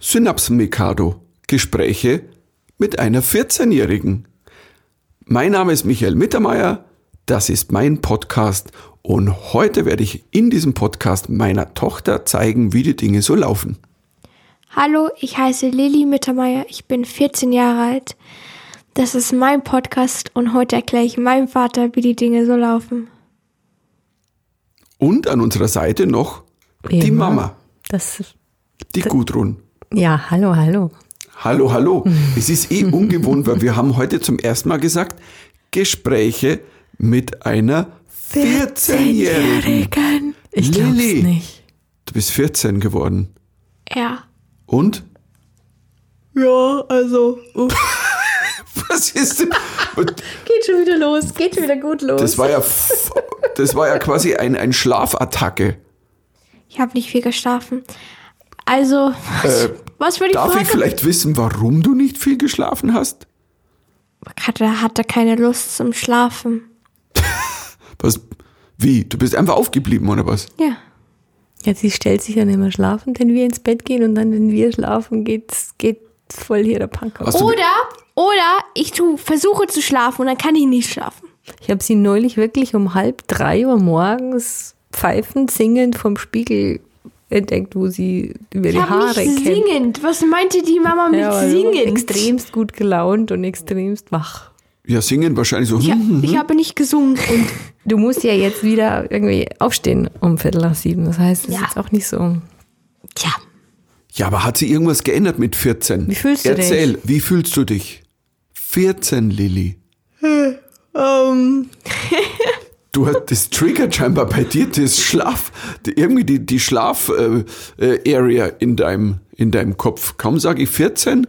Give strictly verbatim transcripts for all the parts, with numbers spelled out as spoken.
Synapsen-Mikado. Gespräche mit einer vierzehnjährigen. Mein Name ist Michael Mittermeier, das ist mein Podcast und heute werde ich in diesem Podcast meiner Tochter zeigen, wie die Dinge so laufen. Hallo, ich heiße Lilly Mittermeier, ich bin vierzehn Jahre alt. Das ist mein Podcast und heute erkläre ich meinem Vater, wie die Dinge so laufen. Und an unserer Seite noch wie die immer. Mama, das, die das, Gudrun. Ja, hallo, hallo. Hallo, hallo. Es ist eh ungewohnt, weil wir haben heute zum ersten Mal gesagt, Gespräche mit einer vierzehnjährigen. Ich glaub's Lilly, nicht. Du bist vierzehn geworden. Ja. Und? Ja, also. Uh. Was ist denn? Geht schon wieder los, geht schon wieder gut los. Das war ja, das war ja quasi ein, ein Schlafattacke. Ich habe nicht viel geschlafen. Also, äh, was für die darf Frage? ich vielleicht wissen, warum du nicht viel geschlafen hast? Hatte, hatte keine Lust zum Schlafen. Was? Wie? Du bist einfach aufgeblieben, oder was? Ja. Ja, sie stellt sich ja nicht mehr schlafen, wenn wir ins Bett gehen und dann, wenn wir schlafen, geht's, geht voll hier der Punk aus. Oder, oder ich tu, versuche zu schlafen und dann kann ich nicht schlafen. Ich habe sie neulich wirklich um halb drei Uhr morgens pfeifend, singend vom Spiegel entdeckt, wo sie über ich die Haare nicht kennt. Singend. Was meinte die Mama mit ja, singend? Extremst gut gelaunt und extremst wach. Ja, singen wahrscheinlich so. Ich, hm, ich hm. habe nicht gesungen. Und du musst ja jetzt wieder irgendwie aufstehen um Viertel nach sieben. Das heißt, es Ja. ist jetzt auch nicht so. Tja. Ja, aber hat sie irgendwas geändert mit vierzehn? Wie fühlst du dich? Erzähl, wie fühlst du dich? vierzehn, Lilly. Um. Du hast, das triggert scheinbar bei dir das Schlaf, die, irgendwie die, die Schlaf-Area äh, in, deinem, in deinem Kopf. Kaum sage ich vierzehn.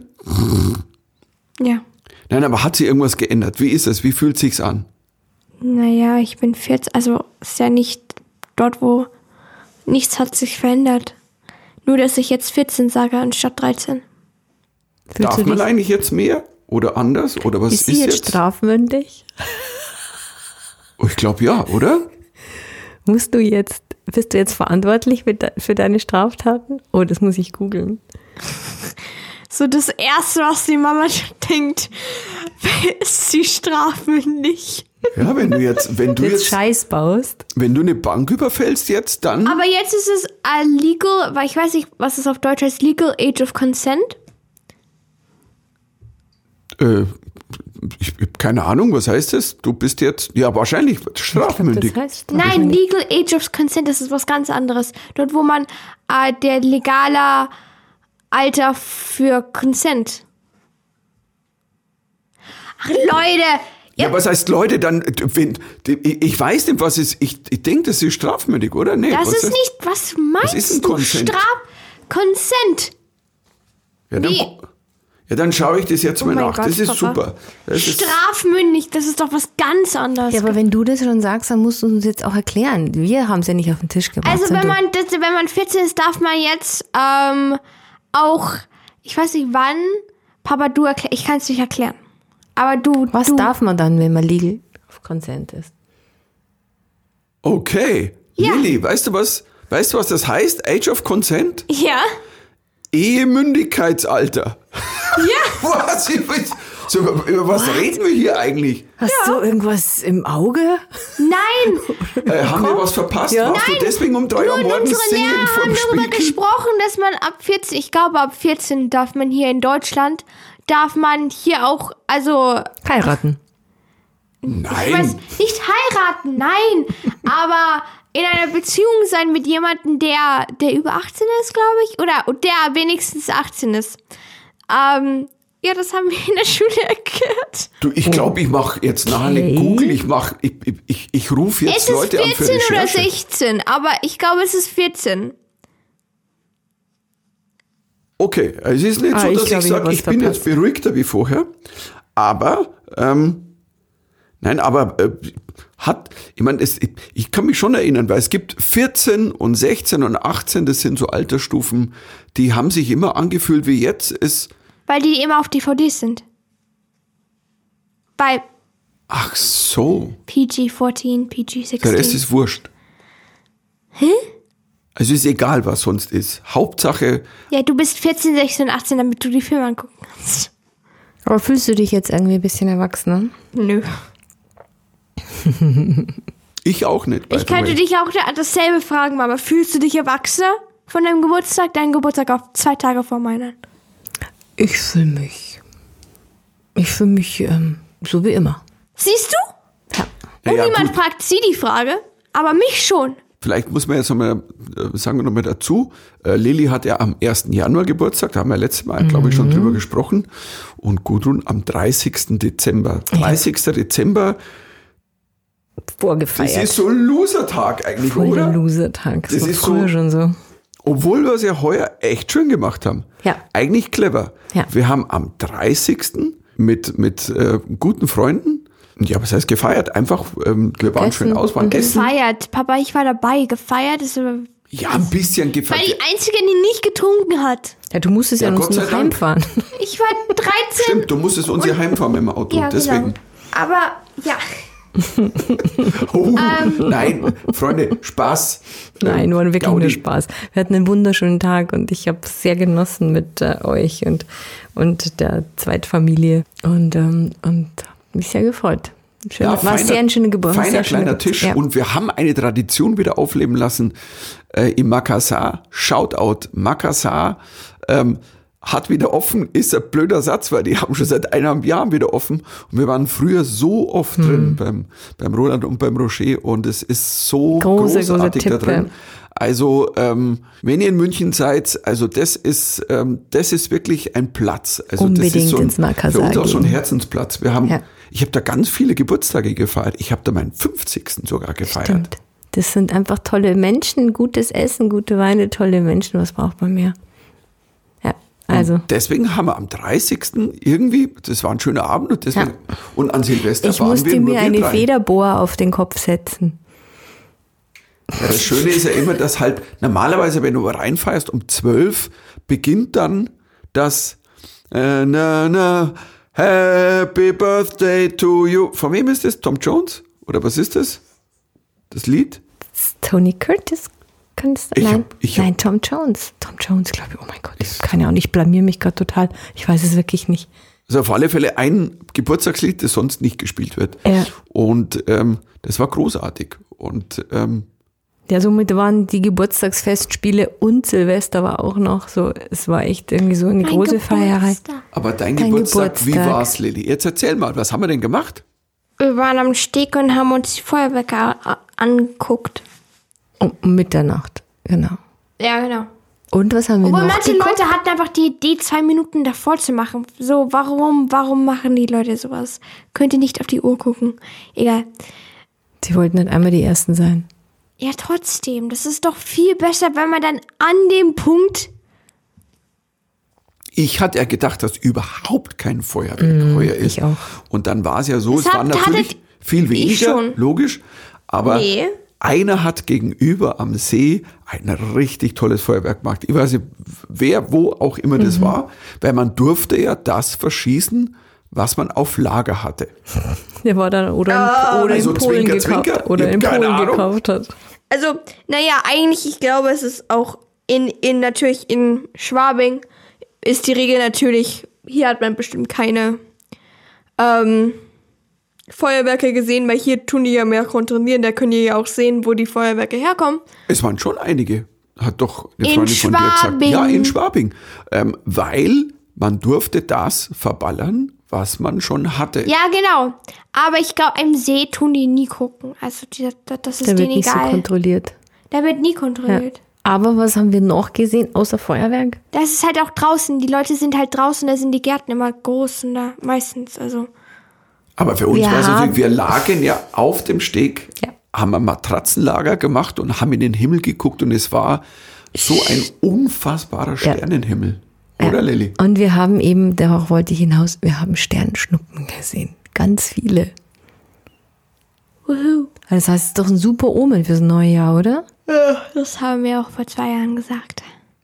Ja. Nein, aber hat sie irgendwas geändert? Wie ist es? Wie fühlt sich's an? Naja, ich bin vierzehn. Also ist ja nicht dort, wo nichts hat sich verändert. Nur, dass ich jetzt vierzehn sage anstatt dreizehn. Fühlst Darf du man dich, eigentlich jetzt mehr oder anders? Oder was ist ist, sie jetzt, jetzt? strafmündig? Oh, ich glaube ja, oder? Musst du jetzt, bist du jetzt verantwortlich für, de, für deine Straftaten? Oh, das muss ich googeln. So das Erste, was die Mama denkt, ist sie strafmündig. Ja, wenn du jetzt, wenn du Jetzt jetzt, Scheiß baust. wenn du eine Bank überfällst jetzt, dann. Aber jetzt ist es uh, legal, weil ich weiß nicht, was es auf Deutsch heißt, legal age of consent. Äh, ich habe keine Ahnung, was heißt das? Du bist jetzt, ja, wahrscheinlich strafmündig. Ich glaub, das heißt Nein, legal age of consent, das ist was ganz anderes. Dort, wo man uh, der legale Alter für Consent. Ach, Leute! Ja, was heißt Leute, dann, wenn, ich weiß nicht, was ist, ich, ich denke, das ist strafmündig, oder? Nee, Das was ist nicht, was meinst ist ein du? Consent? Straf, Consent. Ja, dann, Wie? ja, dann schaue ich das jetzt Oh mal mein nach. Gott, das ist Papa. super. Das ist, Strafmündig, das ist doch was ganz anderes. Ja, aber wenn du das schon sagst, dann musst du uns jetzt auch erklären. Wir haben es ja nicht auf den Tisch gebracht. Also wenn sondern man, das, wenn man vierzehn ist, darf man jetzt ähm, auch, ich weiß nicht wann, Papa, du erklär, ich kann es nicht erklären. Aber du, was du, darf man dann, wenn man legal auf Consent ist? okay. Ja. Lilly, weißt du was, weißt du, was das heißt? Age of Consent? Ja, Ehemündigkeitsalter. ja. Was? So, über was reden wir hier eigentlich? Hast du irgendwas im Auge? Nein, Äh, haben wir was verpasst? Ja. Warst du deswegen um drei Uhr nur morgens unsere singen Lehrer vor haben dem darüber Spiegel? gesprochen, dass man ab vierzehn, ich glaube ab vierzehn darf man hier in Deutschland, darf man hier auch, also Heiraten. ich weiß, Nein. nicht heiraten, nein, aber in einer Beziehung sein mit jemandem, der, der über achtzehn ist, glaube ich, oder der wenigstens achtzehn ist. Ähm, ja, das haben wir in der Schule erklärt. Du, ich glaube, ich mache jetzt nachher eine Okay. Google, ich mach, ich, ich, ich, ich rufe jetzt Es ist Leute an für vierzehn oder Recherche. sechzehn, aber ich glaube, es ist vierzehn. Okay, es ist nicht Ah, so, ich dass ich, glaub, ich hab sage, was ich bin verpasst. jetzt beruhigter wie vorher, aber, ähm, nein, aber äh, hat, ich meine, es- ich, ich kann mich schon erinnern, weil es gibt vierzehn und sechzehn und achtzehn, das sind so Altersstufen, die haben sich immer angefühlt wie jetzt ist, Weil die immer auf D V Ds sind. Bei ach so, P G vierzehn, P G der Rest sechzehn. ist wurscht. Hä? Also ist egal, was sonst ist. Hauptsache, Ja, du bist vierzehn, sechzehn, achtzehn, damit du die Filme angucken kannst. Aber fühlst du dich jetzt irgendwie ein bisschen erwachsener? Nö. ich auch nicht. by Ich the könnte way. dich auch dasselbe fragen, Mama. Fühlst du dich erwachsener von deinem Geburtstag? Dein Geburtstag auf zwei Tage vor meinen. Ich fühle mich. Ich fühle mich ähm, so wie immer. Siehst du? Ja. Und Ja, ja, niemand gut. fragt sie die Frage, aber mich schon. Vielleicht muss man jetzt nochmal, äh, sagen wir nochmal dazu, äh, Lilly hat ja am ersten Januar Geburtstag, da haben wir letztes Mal, glaube ich, schon drüber gesprochen. Und Gudrun am dreißigsten Dezember. dreißigsten Dezember, Vorgefeiert. das ist so ein Losertag eigentlich, Voll der oder? Loser-Tag. Das Das war ist früher so- schon so. Obwohl wir es ja heuer echt schön gemacht haben. Ja. Eigentlich clever. Ja. Wir haben am dreißigsten mit, mit äh, guten Freunden, ja, was heißt gefeiert? Einfach, ähm, wir waren Gegessen schön aus, waren und essen. Gefeiert. Papa, ich war dabei. Gefeiert ist aber... Ja, ein bisschen War gefeiert. die Einzige, die nicht getrunken hat. Ja, du musstest ja, Ja, noch Gott sei noch Dank. heimfahren. Ich war dreizehn. Stimmt, du musstest uns hier heimfahren mit dem Auto. Ja, deswegen. genau. Aber, ja. Oh, Ähm. nein, Freunde, Spaß. Nein, war wirklich Gaudi. nur Spaß. Wir hatten einen wunderschönen Tag und ich habe es sehr genossen mit äh, euch und, und der Zweitfamilie und, ähm, und habe mich sehr gefreut. Schön, war feiner- sehr ein schöner Geburtstag. Feiner sehr schöner kleiner Geburtstag. Tisch. Ja. Und wir haben eine Tradition wieder aufleben lassen äh, im Makassar. Shoutout Makassar. Ähm, hat wieder offen, ist ein blöder Satz, weil die haben schon seit eineinhalb Jahren wieder offen. Und wir waren früher so oft Mhm. drin beim, beim Roland und beim Rocher und es ist so Großer, großer großartig da Tipp, drin. ja. Also, ähm, wenn ihr in München seid, also das ist, ähm, das ist wirklich ein Platz. Also das Unbedingt ist so ein, ins Makassar für uns auch so ein gehen. Herzensplatz. Wir haben, Ja. ich habe da ganz viele Geburtstage gefeiert. Ich habe da meinen fünfzigsten sogar gefeiert. Stimmt. Das sind einfach tolle Menschen, gutes Essen, gute Weine, tolle Menschen. Was braucht man mehr? Ja, also. Und deswegen haben wir am dreißigsten irgendwie, das war ein schöner Abend und deswegen, Ja. und an Silvester Ich waren musste wir nur mir wir eine drei. Federbohr auf den Kopf setzen. Ja, das Schöne ist ja immer, dass halt normalerweise, wenn du reinfeierst, um zwölf beginnt dann das äh, na, na, Happy Birthday to you. Von wem ist das? Tom Jones? Oder was ist das? Das Lied? Tony Curtis? Kann das, Ich nein, hab- ich hab- nein, Tom Jones. Tom Jones, glaube ich. Oh mein Gott, ich habe keine Ahnung. Ich blamier mich gerade total. Ich weiß es wirklich nicht. Also auf alle Fälle ein Geburtstagslied, das sonst nicht gespielt wird. Ja. Und ähm, das war großartig. Und ähm, Ja, somit waren die Geburtstagsfestspiele und Silvester war auch noch so. Es war echt irgendwie so eine Mein große Feierei. Geburtstag. aber dein, Dein Geburtstag, wie Geburtstag. war's, Lilly? Jetzt erzähl mal, was haben wir denn gemacht? Wir waren am Steg und haben uns die Feuerwerke a- angeguckt. Um Mitternacht, genau. Ja, genau. Und was haben wir Obwohl noch manche geguckt? Leute hatten einfach die Idee, zwei Minuten davor zu machen. So, warum, warum machen die Leute sowas? Könnt ihr nicht auf die Uhr gucken. Egal. Sie wollten nicht einmal die Ersten sein. Ja, trotzdem. Das ist doch viel besser, wenn man dann an dem Punkt... Ich hatte ja gedacht, dass überhaupt kein Feuerwerk heuer ist. ich auch. Und dann war es ja so, Das es waren habt- natürlich hattet- viel ich weniger, schon. logisch. Aber Nee. einer hat gegenüber am See ein richtig tolles Feuerwerk gemacht. Ich weiß nicht, wer, wo auch immer Mhm. das war, weil man durfte ja das verschießen, was man auf Lager hatte. Der war dann oder in, oder also in Polen Zwinker, gekauft, Zwinker. oder Ich hab in keine Polen Ahnung. gekauft hat. Also, naja, eigentlich, ich glaube, es ist auch in, in natürlich in Schwabing ist die Regel natürlich, hier hat man bestimmt keine ähm, Feuerwerke gesehen, weil hier tun die ja mehr kontrollieren, da können die ja auch sehen, wo die Feuerwerke herkommen. Es waren schon einige, hat doch eine In Freundin von dir gesagt. Schwabing. Ja, in Schwabing. Ähm, weil man durfte das verballern, was man schon hatte. Ja, genau. Aber ich glaube, im See tun die nie gucken. Also, die, das, das ist Der wird denen nicht so egal. kontrolliert. Da wird nie Ja. kontrolliert. Aber was haben wir noch gesehen außer Feuerwerk? Das ist halt auch draußen. Die Leute sind halt draußen, da sind die Gärten immer groß und da meistens, also. Aber für uns Wir war es haben- natürlich, wir lagen ja auf dem Steg, Ja. haben ein Matratzenlager gemacht und haben in den Himmel geguckt und es war so ein unfassbarer Sternenhimmel. Oder, Ja. Lilly? Und wir haben eben, darauf wollte ich hinaus, wir haben Sternschnuppen gesehen. Ganz viele. Wuhu. Das heißt, es ist doch ein super Omen fürs neue Jahr, oder? Das haben wir auch vor zwei Jahren gesagt.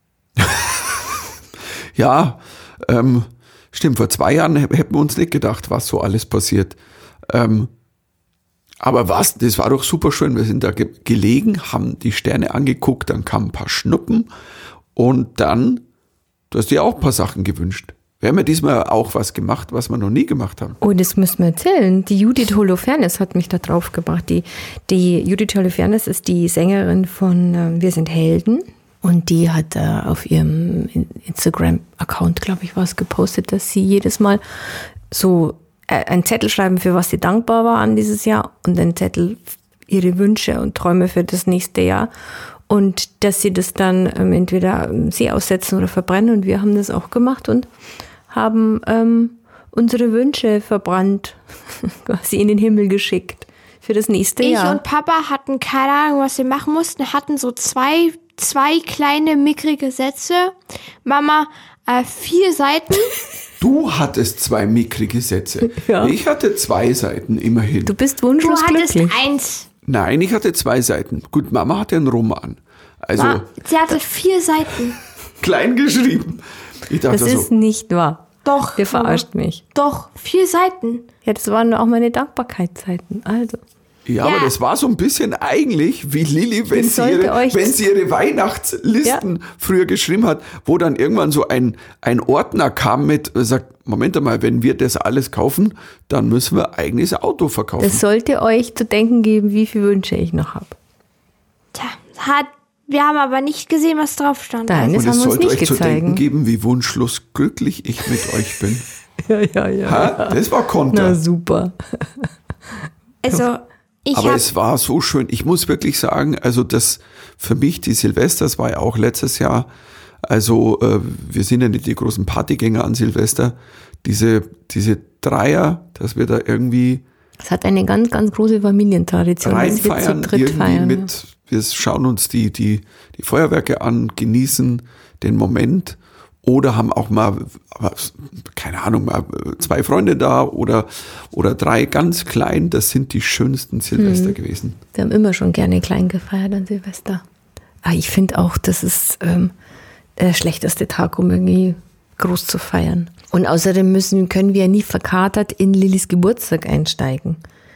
Ja, ähm, stimmt, vor zwei Jahren hä- hätten wir uns nicht gedacht, was so alles passiert. Ähm, Aber was, das war doch super schön. Wir sind da ge- gelegen, haben die Sterne angeguckt, dann kamen ein paar Schnuppen und dann, du hast dir auch ein paar Sachen gewünscht. Wir haben ja diesmal auch was gemacht, was wir noch nie gemacht haben. Oh, das müssen wir erzählen. Die Judith Holofernes hat mich da drauf gebracht. Die, die Judith Holofernes ist die Sängerin von äh, Wir sind Helden. Und die hat äh, auf ihrem Instagram-Account, glaube ich, was gepostet, dass sie jedes Mal so äh, einen Zettel schreiben, für was sie dankbar war an dieses Jahr und einen Zettel ihre Wünsche und Träume für das nächste Jahr. Und dass sie das dann ähm, entweder im See aussetzen oder verbrennen. Und wir haben das auch gemacht und haben ähm, unsere Wünsche verbrannt, quasi in den Himmel geschickt für das nächste Ich Jahr. und Papa hatten keine Ahnung, was wir machen mussten, hatten so zwei, zwei kleine mickrige Sätze. Mama, äh, vier Seiten. Du hattest zwei mickrige Sätze. Ja. Ich hatte zwei Seiten, immerhin. Du bist Du wunschlos hattest glücklich. eins. Nein, ich hatte zwei Seiten. Gut, Mama hatte einen Roman. Also Ma- Sie hatte vier Seiten. klein geschrieben. Ich dachte Das so, ist nicht wahr. Doch. Ihr verarscht mich. Doch, vier Seiten. Ja, das waren auch meine Dankbarkeitszeiten. Also, ja, Ja. aber das war so ein bisschen eigentlich wie Lilly, wenn, Das sie sollte ihre, euch- wenn sie ihre Weihnachtslisten Ja. früher geschrieben hat, wo dann irgendwann so ein, ein Ordner kam mit, äh, sagt, Moment einmal, wenn wir das alles kaufen, dann müssen wir eigentlich das Auto verkaufen. das sollte euch zu denken geben, wie viele Wünsche ich noch habe. Tja, hat, wir haben aber nicht gesehen, was drauf stand. Nein, das Und es haben wir uns sollte nicht euch zu denken gezeigt. geben, wie wunschlos glücklich ich mit euch bin. Ja, ja, ja. Ha? Das war Na Konter. super. Also, ich Aber habe es war so schön. Ich muss wirklich sagen, also das für mich, die Silvester, das war ja auch letztes Jahr, also äh, wir sind ja nicht die großen Partygänger an Silvester, diese, diese Dreier, dass wir da irgendwie Es hat eine ganz, ganz große Familientradition. dass wir zu reinfeiern, dritt irgendwie feiern. mit, wir schauen uns die, die, die Feuerwerke an, genießen den Moment oder haben auch mal, aber keine Ahnung, mal zwei Freunde da oder, oder drei ganz klein, das sind die schönsten Silvester Mhm. gewesen. Wir haben immer schon gerne klein gefeiert an Silvester. Aber ich finde auch, das ist ähm, der schlechteste Tag, um irgendwie groß zu feiern. Und außerdem müssen, können wir nie verkatert in Lillys Geburtstag einsteigen.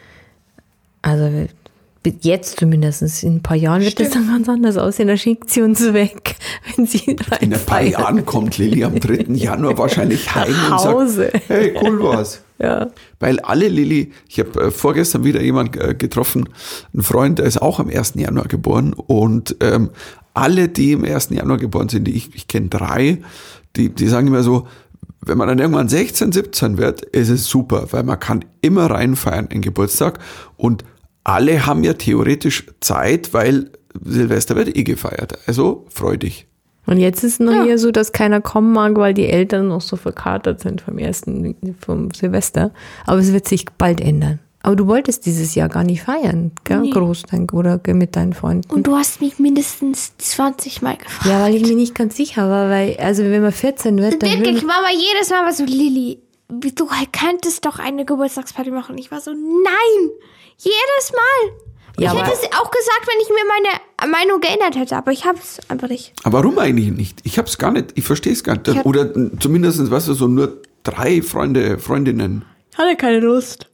Also jetzt zumindest, in ein paar Jahren wird das dann ganz anders aussehen. Da schickt sie uns weg, wenn sie In ein paar reinfeiert. Jahren kommt Lilly am dritten Januar wahrscheinlich heim und Nach Hause. sagt, hey, cool war's. Ja. Weil alle Lilly, ich habe äh, vorgestern wieder jemand äh, getroffen, einen Freund, der ist auch am ersten Januar geboren und ähm, alle, die im ersten Januar geboren sind, die ich, ich kenne drei, die, die sagen immer so, wenn man dann irgendwann sechzehn, siebzehn wird, ist es super, weil man kann immer reinfeiern in Geburtstag und alle haben ja theoretisch Zeit, weil Silvester wird eh gefeiert. Also freu dich. Und jetzt ist es noch Ja. eher so, dass keiner kommen mag, weil die Eltern noch so verkatert sind vom ersten, vom Silvester. Aber es wird sich bald ändern. Aber du wolltest dieses Jahr gar nicht feiern, gell? Nee. Groß dein, oder mit deinen Freunden. Und du hast mich mindestens zwanzig Mal gefragt. Ja, weil ich mir nicht ganz sicher war, weil, also wenn man vierzehn wird, dann will Wirklich, man, Mama, jedes Mal war so, Lilly, du könntest doch eine Geburtstagsparty machen. Und ich war so, nein, jedes Mal. Ja, ich aber- hätte es auch gesagt, wenn ich mir meine Meinung geändert hätte, aber ich habe es einfach nicht. Aber warum eigentlich nicht? Ich hab's gar nicht, ich verstehe es gar nicht. Ich hab- Oder zumindest, weißt du, so nur drei Freunde, Freundinnen. Ich hatte keine Lust.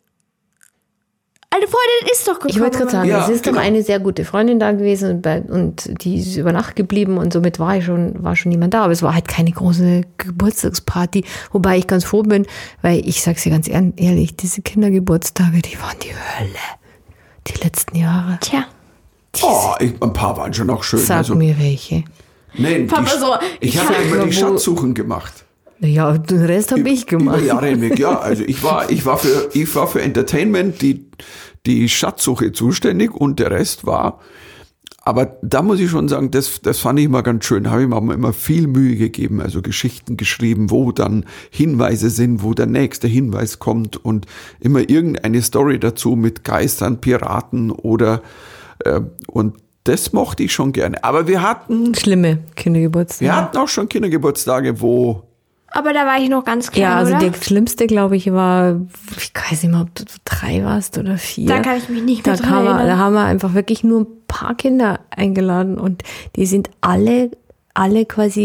Eine Freundin ist doch gekommen. ich wollte gerade sagen, Ja, es ist genau. doch eine sehr gute Freundin da gewesen und, bei, und die ist über Nacht geblieben und somit war ich schon, war schon niemand da. Aber es war halt keine große Geburtstagsparty, wobei ich ganz froh bin, weil ich sag's dir ganz ehr- ehrlich, diese Kindergeburtstage, die waren die Hölle. Die letzten Jahre. Tja. Oh, ich, ein paar waren schon auch schön. Sag also, mir welche. nein, Papa, die, so, ich ich habe sag immer mal, die wo- Schatzsuchen gemacht. Ja, den Rest habe ich gemacht. Über Jahre hinweg, ja. Also ich war, ich war für, ich war für Entertainment die, die Schatzsuche zuständig und der Rest war. Aber da muss ich schon sagen, das, das fand ich immer ganz schön. Da habe ich mir auch immer viel Mühe gegeben, also Geschichten geschrieben, wo dann Hinweise sind, wo der nächste Hinweis kommt und immer irgendeine Story dazu mit Geistern, Piraten oder äh, und das mochte ich schon gerne. Aber wir hatten, Schlimme Kindergeburtstage. wir hatten auch schon Kindergeburtstage, wo Aber da war ich noch ganz klein, Ja, also oder? der schlimmste, glaube ich, war, ich weiß nicht mehr, ob du drei warst oder vier. Da kann ich mich nicht mehr da, dran kam er, da erinnern. haben wir einfach wirklich nur ein paar Kinder eingeladen und die sind alle, alle quasi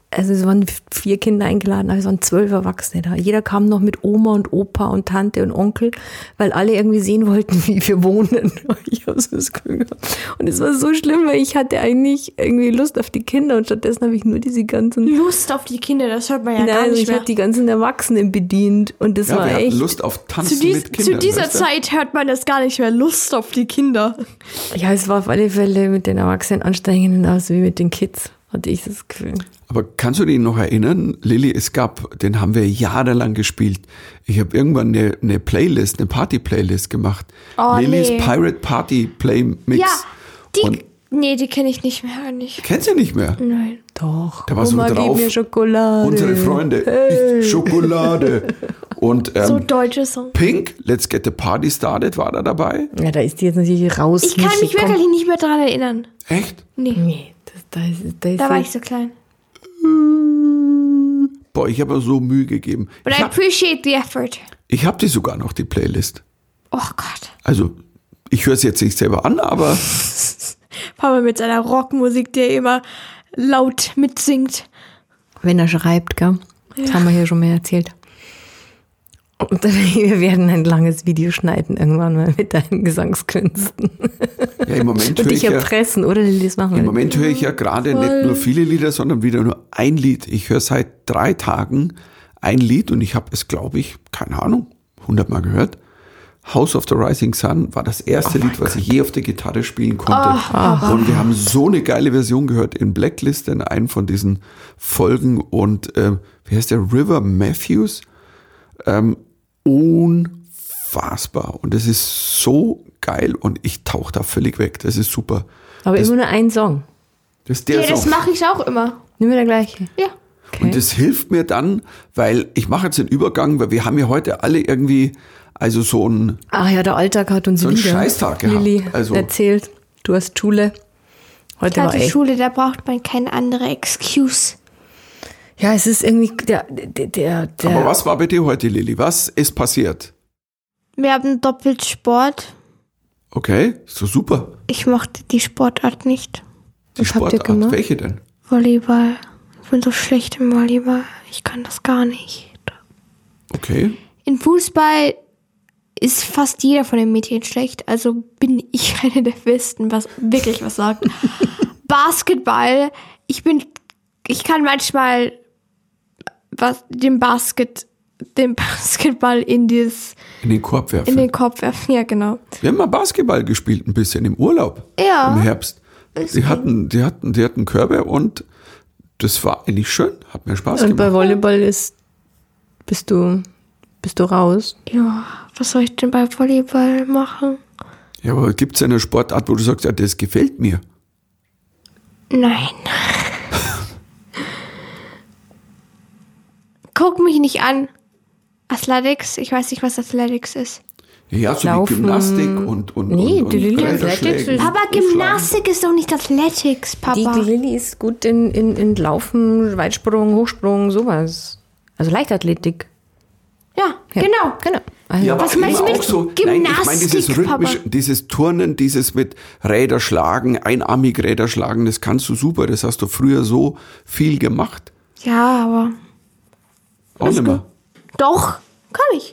also es waren vier Kinder eingeladen, aber es waren zwölf Erwachsene da. Jeder kam noch mit Oma und Opa und Tante und Onkel, weil alle irgendwie sehen wollten, wie wir wohnen. Ich habe so das Gefühl gehabt. Und es war so schlimm, weil ich hatte eigentlich irgendwie Lust auf die Kinder und stattdessen habe ich nur diese ganzen... Lust auf die Kinder, das hört man ja Nein, gar also nicht ich mehr. habe die ganzen Erwachsenen bedient und das Ja, war wir hatten echt... Lust auf Tanzen Zu, dies, mit Kindern. zu dieser weißt du? Zeit hört man das gar nicht mehr. Lust auf die Kinder. Ja, es war auf alle Fälle mit den Erwachsenen anstrengender aus wie mit den Kids, hatte ich das Gefühl. Aber kannst du dich noch erinnern, Lilly, es gab, den haben wir jahrelang gespielt. Ich habe irgendwann eine, eine Playlist, eine Party-Playlist gemacht. Oh, Lillys nee. Pirate Party Play Mix. Ja, die... Und nee, die kenne ich nicht mehr. Nicht. kennst du nicht mehr? Nein. Doch. Da war so Oma, drauf, gib mir Schokolade. Unsere Freunde, Hey. ich, Schokolade. Und ähm, So deutsche Song. Pink, Let's Get the Party Started, war da dabei. Ja, da ist die jetzt natürlich raus. Ich kann mich gekommen. wirklich nicht mehr daran erinnern. Echt? Nee, Nee, das, da ist, da ist da war sie- ich so klein. Boah, ich habe mir so Mühe gegeben. But Ich I habe appreciate the effort. ich hab die sogar noch, die Playlist. Oh Gott. Also, ich höre es jetzt nicht selber an, aber Papa mit seiner Rockmusik, der immer laut mitsingt. Wenn er schreibt, gell? Das haben wir hier schon mal erzählt. Und wir werden ein langes Video schneiden irgendwann mal mit deinen Gesangskünsten. ja, im Moment Und höre dich ich ja, erpressen, oder? Das machen wir. im Moment höre ich ja gerade nicht nur viele Lieder, sondern wieder nur ein Lied. Ich höre seit drei Tagen ein Lied und ich habe es, glaube ich, keine Ahnung, hundertmal gehört. House of the Rising Sun war das erste Lied, was ich je auf der Gitarre spielen konnte. Und wir haben so eine geile Version gehört in Blacklist, in einem von diesen Folgen. Und äh, wie heißt der? River Matthews. Ähm, unfassbar. Und das ist so geil und ich tauche da völlig weg. Das ist super. Aber das, immer nur ein Song. das ist der Ja, das Song. mache ich auch immer. Immer der gleiche. Ja. Okay. Und das hilft mir dann, weil ich mache jetzt den Übergang, weil wir haben ja heute alle irgendwie, also so ein, Ach ja, der Alltag hat uns So einen wieder, Scheißtag gehabt. Lilly, Also- erzählt. Du hast Schule. Heute war Also echt. Schule, da braucht man keine andere Excuse. Ja, es ist irgendwie der, der, der, der aber was war bei dir heute, Lilly? Was ist passiert? Wir haben doppelt Sport. Okay, so super. Ich mochte die Sportart nicht. Die Was habt ihr Sportart, gemacht? welche denn? Volleyball. Ich bin so schlecht im Volleyball. Ich kann das gar nicht. Okay. In Fußball ist fast jeder von den Mädchen schlecht. Also bin ich eine der Besten, was wirklich was sagt. Basketball. Ich bin, ich kann manchmal was, den Basket, den Basketball in dieses, In den Korb werfen. in den Kopf werfen. Ja, genau. Wir haben mal Basketball gespielt, ein bisschen im Urlaub. Ja. Im Herbst. Ist Die gut. hatten, die hatten, die hatten Körbe und das war eigentlich schön. Hat mir Spaß Und bei gemacht. Volleyball ist, bist du, bist du raus. Ja, was soll ich denn bei Volleyball machen? Ja, aber gibt es eine Sportart, wo du sagst, ja, das gefällt mir? Nein. Guck mich nicht an. Athletics, ich weiß nicht, was Athletics ist. Ja, ja, so Laufen. wie Gymnastik und, und, Nee, und, die Lilly und Athletics Blätterschlägen. ist- Aber Gymnastik ist doch nicht Athletics, Die, Papa. die Lilly ist gut in, in, in Laufen, Weitsprung, Hochsprung, sowas. Also Leichtathletik. Ja, Ja. genau. Genau. Also, Ja, aber Was meinst du immer mit auch so, nein, ich meine dieses Gymnastik, rhythmische, Papa? dieses Turnen, dieses mit Räder schlagen, einarmig Räder schlagen, das kannst du super. Das hast du früher so viel gemacht. Ja, aber Auch nicht mehr. doch, kann ich.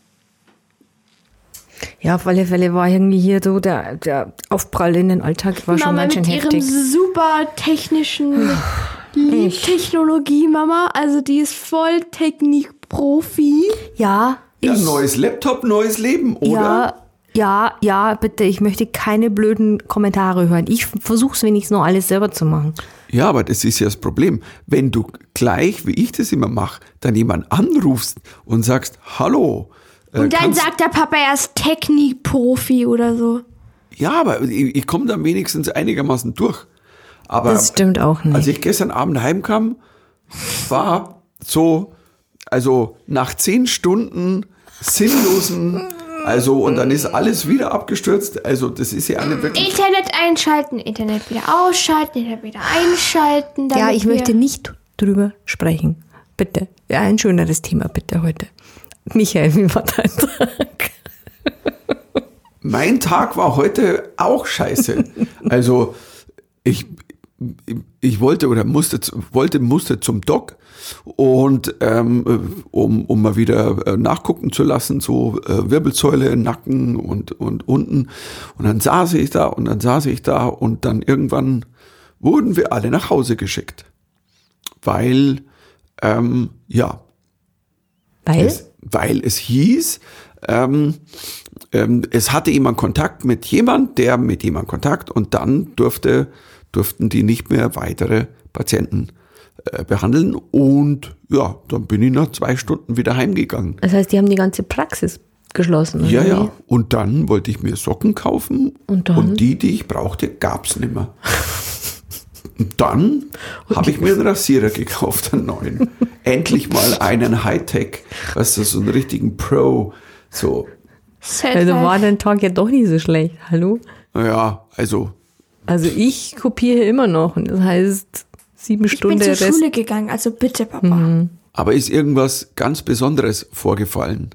ja, auf alle Fälle war irgendwie hier so der, der Aufprall in den Alltag war schon Mama ganz schön mit ihrem heftig. super technischen Liebtechnologie, Mama. Also die ist voll Technikprofi. Ja, Ja, ich, neues Laptop, neues Leben, oder? ja, ja, ja, bitte, ich möchte keine blöden Kommentare hören. Ich versuche es wenigstens noch alles selber zu machen. Ja, aber das ist ja das Problem. Wenn du gleich, wie ich das immer mache, dann jemanden anrufst und sagst, hallo. äh, Und dann kannst- sagt der Papa erst Technikprofi oder so. Ja, aber ich, ich komme da wenigstens einigermaßen durch. Aber Das stimmt auch nicht. als ich gestern Abend heimkam, war so, also nach zehn Stunden sinnlosen, also und dann ist alles wieder abgestürzt. Also das ist ja auch nicht wirklich. Internet einschalten, Internet wieder ausschalten, Internet wieder einschalten. Ja, damit ich wir- möchte nicht drüber sprechen. Bitte. Ja, ein schöneres Thema bitte heute. Michael, wie war dein Tag? Mein Tag war heute auch scheiße. Also ich, ich wollte oder musste, wollte, musste zum Doc und ähm, um, um mal wieder nachgucken zu lassen, so äh, Wirbelsäule, Nacken und, und unten. Und dann saß ich da und dann saß ich da und dann irgendwann wurden wir alle nach Hause geschickt. Weil, ähm, ja. Weil? Es, weil es hieß, ähm, ähm, es hatte jemand Kontakt mit jemand, der mit jemand Kontakt und dann durfte durften die nicht mehr weitere Patienten äh, behandeln. Und ja, dann bin ich nach zwei Stunden wieder heimgegangen. Das heißt, die haben die ganze Praxis geschlossen. Ja, oder ja. wie? Und dann wollte ich mir Socken kaufen. Und dann? Und die, die ich brauchte, gab's nicht mehr. Und dann habe ich mir einen Rasierer gekauft, einen neuen. Endlich mal einen Hightech, weißt du, so einen richtigen Pro. So, Also war dein Tag ja doch nicht so schlecht. Hallo? ja, also... Also ich kopiere immer noch. Und das heißt, sieben Ich Stunden bin zur Rest. Schule gegangen, also bitte, Papa. Aber ist irgendwas ganz Besonderes vorgefallen?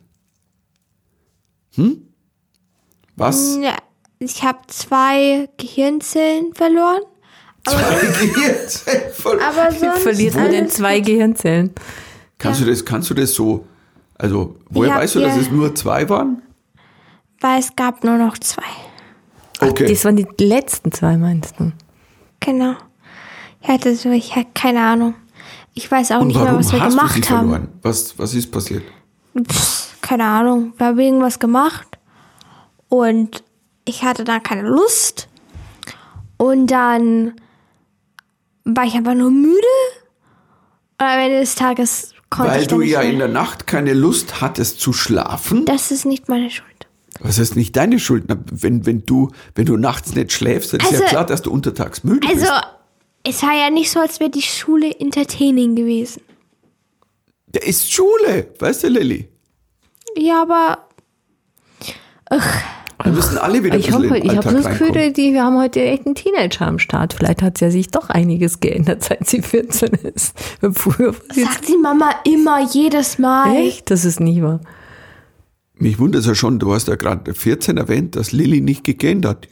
Hm? Was? Ja, ich habe zwei Gehirnzellen verloren. Zwei Gehirnzellen verloren. Aber sonst Verliert man denn alles zwei gut. Gehirnzellen? Kannst du das, kannst du das so, also woher hab weißt du, dass hier- es nur zwei waren? Weil es gab nur noch zwei. Okay. Das waren die letzten zwei, meinst du? Genau. Ich hatte so, ich hatte keine Ahnung. Ich weiß auch Und nicht mehr, warum was wir hast du sie gemacht haben. verloren? Was, was ist passiert? Pff, keine Ahnung. Wir haben irgendwas gemacht. Und ich hatte dann keine Lust. Und dann war ich einfach nur müde. Und am Ende des Tages konnte Weil ich dann du nicht ja mehr. in der Nacht keine Lust hattest zu schlafen. Das ist nicht meine Schuld. Was heißt nicht deine Schuld? Na, Wenn, wenn, du, wenn du nachts nicht schläfst, dann ist ja Also- klar, dass du untertags müde Also, bist. es war ja nicht so, als wäre die Schule entertaining gewesen. Der ist Schule, weißt du, Lilly? Ja, aber Wir müssen alle wieder ein Ich bisschen habe in den ich hab Alltag das Gefühl, reinkommen. die, wir haben heute echt einen Teenager am Start. Vielleicht hat ja sich doch einiges geändert, seit sie vierzehn ist. Früher war sie sagt die Mama immer, jedes Mal. echt, das ist nicht wahr. Mich wundert es ja schon, du hast ja gerade vierzehn erwähnt, dass Lilly nicht gegähnt hat.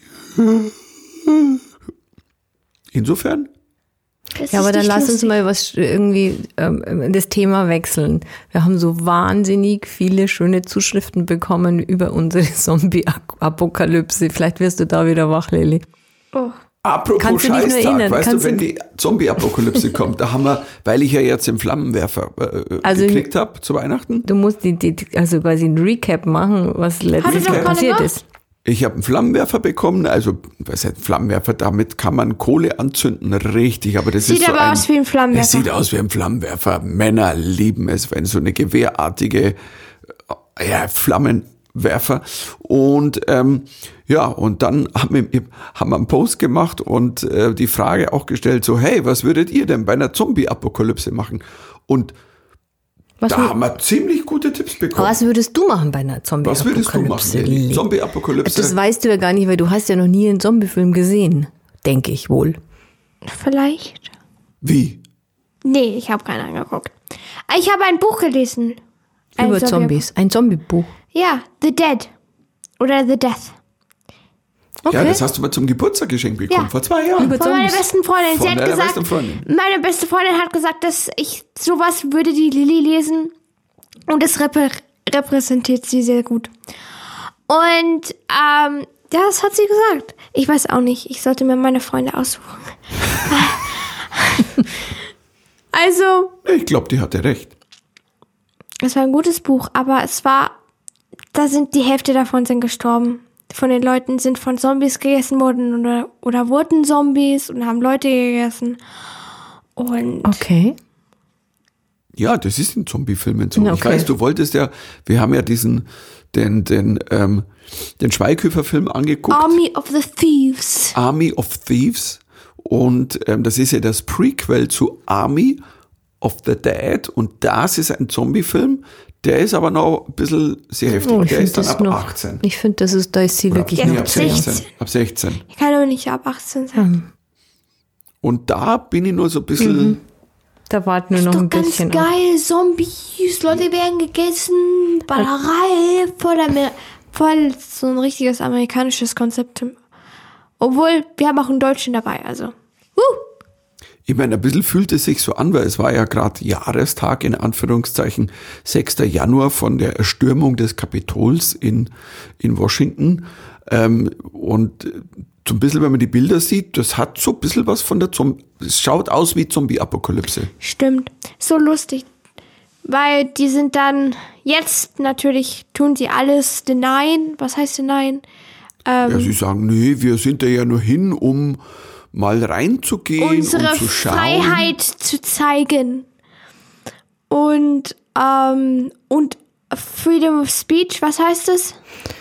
Insofern, Das Ja, ist aber dann nicht lass uns lustig. mal was irgendwie ähm, das Thema wechseln. Wir haben so wahnsinnig viele schöne Zuschriften bekommen über unsere Zombie-Apokalypse. Vielleicht wirst du da wieder wach, Lilly. Oh. apropos Kannst du dich nur Scheißtag, erinnern? weißt du, Kannst wenn du- die Zombie-Apokalypse kommt, da haben wir, weil ich ja jetzt den Flammenwerfer äh, Also- gekriegt habe zu Weihnachten, Du musst die, die, also quasi ein Recap machen, was letztes doch Jahr keiner passiert gemacht? ist. ich habe einen Flammenwerfer bekommen, also was heißt Flammenwerfer, damit kann man Kohle anzünden, richtig, aber das Sieht ist so aber ein, aus wie ein Flammenwerfer. Es sieht aus wie ein Flammenwerfer. Männer lieben es, wenn so eine gewehrartige äh, ja, Flammenwerfer. Und ähm, ja, und dann haben wir, haben wir einen Post gemacht und äh, die Frage auch gestellt, so hey, was würdet ihr denn bei einer Zombie-Apokalypse machen? Und Was, da wür- haben wir ziemlich gute Tipps bekommen. was würdest du machen bei einer Was würdest du machen? Zombie-Apokalypse? Lilly? Lilly? Zombie-Apokalypse? Das weißt du ja gar nicht, weil du hast ja noch nie einen Zombiefilm gesehen. Denke ich wohl. Vielleicht. Wie? Nee, ich habe keinen angeguckt. Ich habe ein Buch gelesen. Ein Über Zombie- Zombies. Ein Zombiebuch. Ja, The Dead. Oder The Death. Okay. Ja, das hast du mal zum Geburtstag geschenkt bekommen, Ja. vor zwei Jahren. Über Von meiner Zombies. besten Freundin. Von Sie hat deiner gesagt, besten Freundin. meine beste Freundin hat gesagt, dass ich sowas würde die Lilly lesen und es reprä repräsentiert sie sehr gut. Und ähm, ja, das hat sie gesagt. Ich weiß auch nicht. Ich sollte mir meine Freunde aussuchen. Also, Ich glaube, die hatte recht. es war ein gutes Buch, aber es war, da sind die Hälfte davon sind gestorben. Von den Leuten sind von Zombies gegessen worden oder, oder wurden Zombies und haben Leute gegessen. Und Okay. Ja, das ist in Zombie-Filmen so. Ja, Ich okay. weiß, du wolltest ja, wir haben ja diesen, den, den, ähm, den Schweighöfer-Film angeguckt, Army of the Thieves. Army of Thieves. Und ähm, das ist ja das Prequel zu Army of the Dead. Und das ist ein Zombie-Film. Der ist aber noch ein bisschen sehr heftig. Oh, ich der finde ist dann das ab noch. achtzehn. Ich finde, das ist, da ist sie Oder wirklich ab, Ja, nee, noch ab ab zu jung. sechzehn. Ab sechzehn. Ich kann doch nicht ab achtzehn sein. Und da bin ich nur so ein bisschen, Mhm. Da warten wir noch Doch ein ganz bisschen ab. geil. Zombies, Leute werden gegessen, Ballerei, voll, Amer voll so ein richtiges amerikanisches Konzept. Obwohl, wir haben auch einen Deutschen dabei, also. Uh, Ich meine, ein bisschen fühlt es sich so an, weil es war ja gerade Jahrestag, in Anführungszeichen, sechster Januar von der Erstürmung des Kapitols in, in Washington. Ähm, und so ein bisschen, wenn man die Bilder sieht, das hat so ein bisschen was von der Zombie, es schaut aus wie Zombie-Apokalypse. Stimmt, so lustig. Weil die sind dann, jetzt natürlich tun sie alles denyen. Was heißt denyen? Ähm, ja, sie sagen, nee, wir sind da ja nur hin, um mal reinzugehen unsere und zu schauen. Freiheit zu zeigen. Und, ähm, und Freedom of Speech, was heißt das?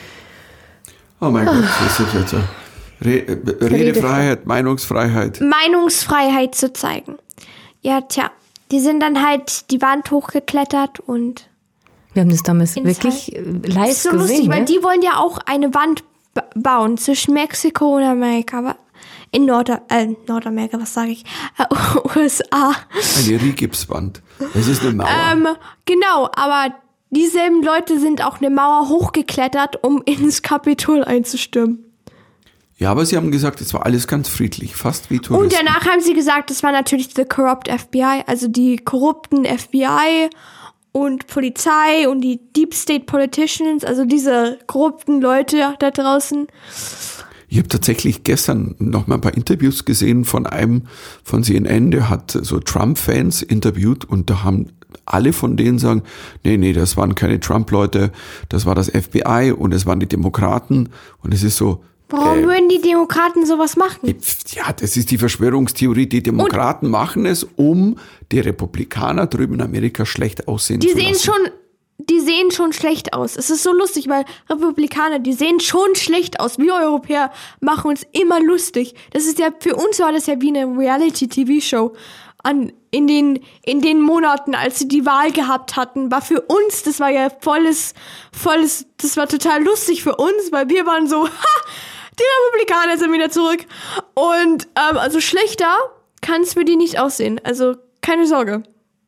Oh mein Gott, das ist jetzt eine Re- Redefreiheit, Meinungsfreiheit. Meinungsfreiheit zu zeigen. Ja, tja, die sind dann halt die Wand hochgeklettert und Wir haben das damals ins wirklich Heim- live Das ist so gesehen. lustig, weil ne? die wollen ja auch eine Wand b- bauen zwischen Mexiko und Amerika, aber in Nord- äh, Nordamerika, was sage ich? Äh, U S A. Eine Rigipswand. Das ist eine Mauer. Ähm, genau, aber dieselben Leute sind auch eine Mauer hochgeklettert, um ins Kapitol einzustürmen. Ja, aber sie haben gesagt, es war alles ganz friedlich, fast wie Touristen. Und danach haben sie gesagt, das war natürlich the corrupt F B I, also die korrupten F B I und Polizei und die Deep State Politicians, also diese korrupten Leute da draußen. Ich habe tatsächlich gestern noch mal ein paar Interviews gesehen von einem von C N N, der hat so Trump-Fans interviewt und da haben alle von denen sagen, nee, nee, das waren keine Trump-Leute, das war das F B I und es waren die Demokraten und es ist so, Warum äh, würden die Demokraten sowas machen? ja, das ist die Verschwörungstheorie, die Demokraten und machen es, um die Republikaner drüben in Amerika schlecht aussehen Die zu sehen lassen. schon, die sehen schon schlecht aus. Es ist so lustig, weil Republikaner, die sehen schon schlecht aus. Wir Europäer machen uns immer lustig. Das ist ja, für uns war das ja wie eine Reality-T V-Show. An, in den, in den Monaten, als sie die Wahl gehabt hatten, war für uns, das war ja volles, volles, das war total lustig für uns, weil wir waren so, ha, die Republikaner sind wieder zurück. Und, ähm, also schlechter kann es für die nicht aussehen. Also, keine Sorge.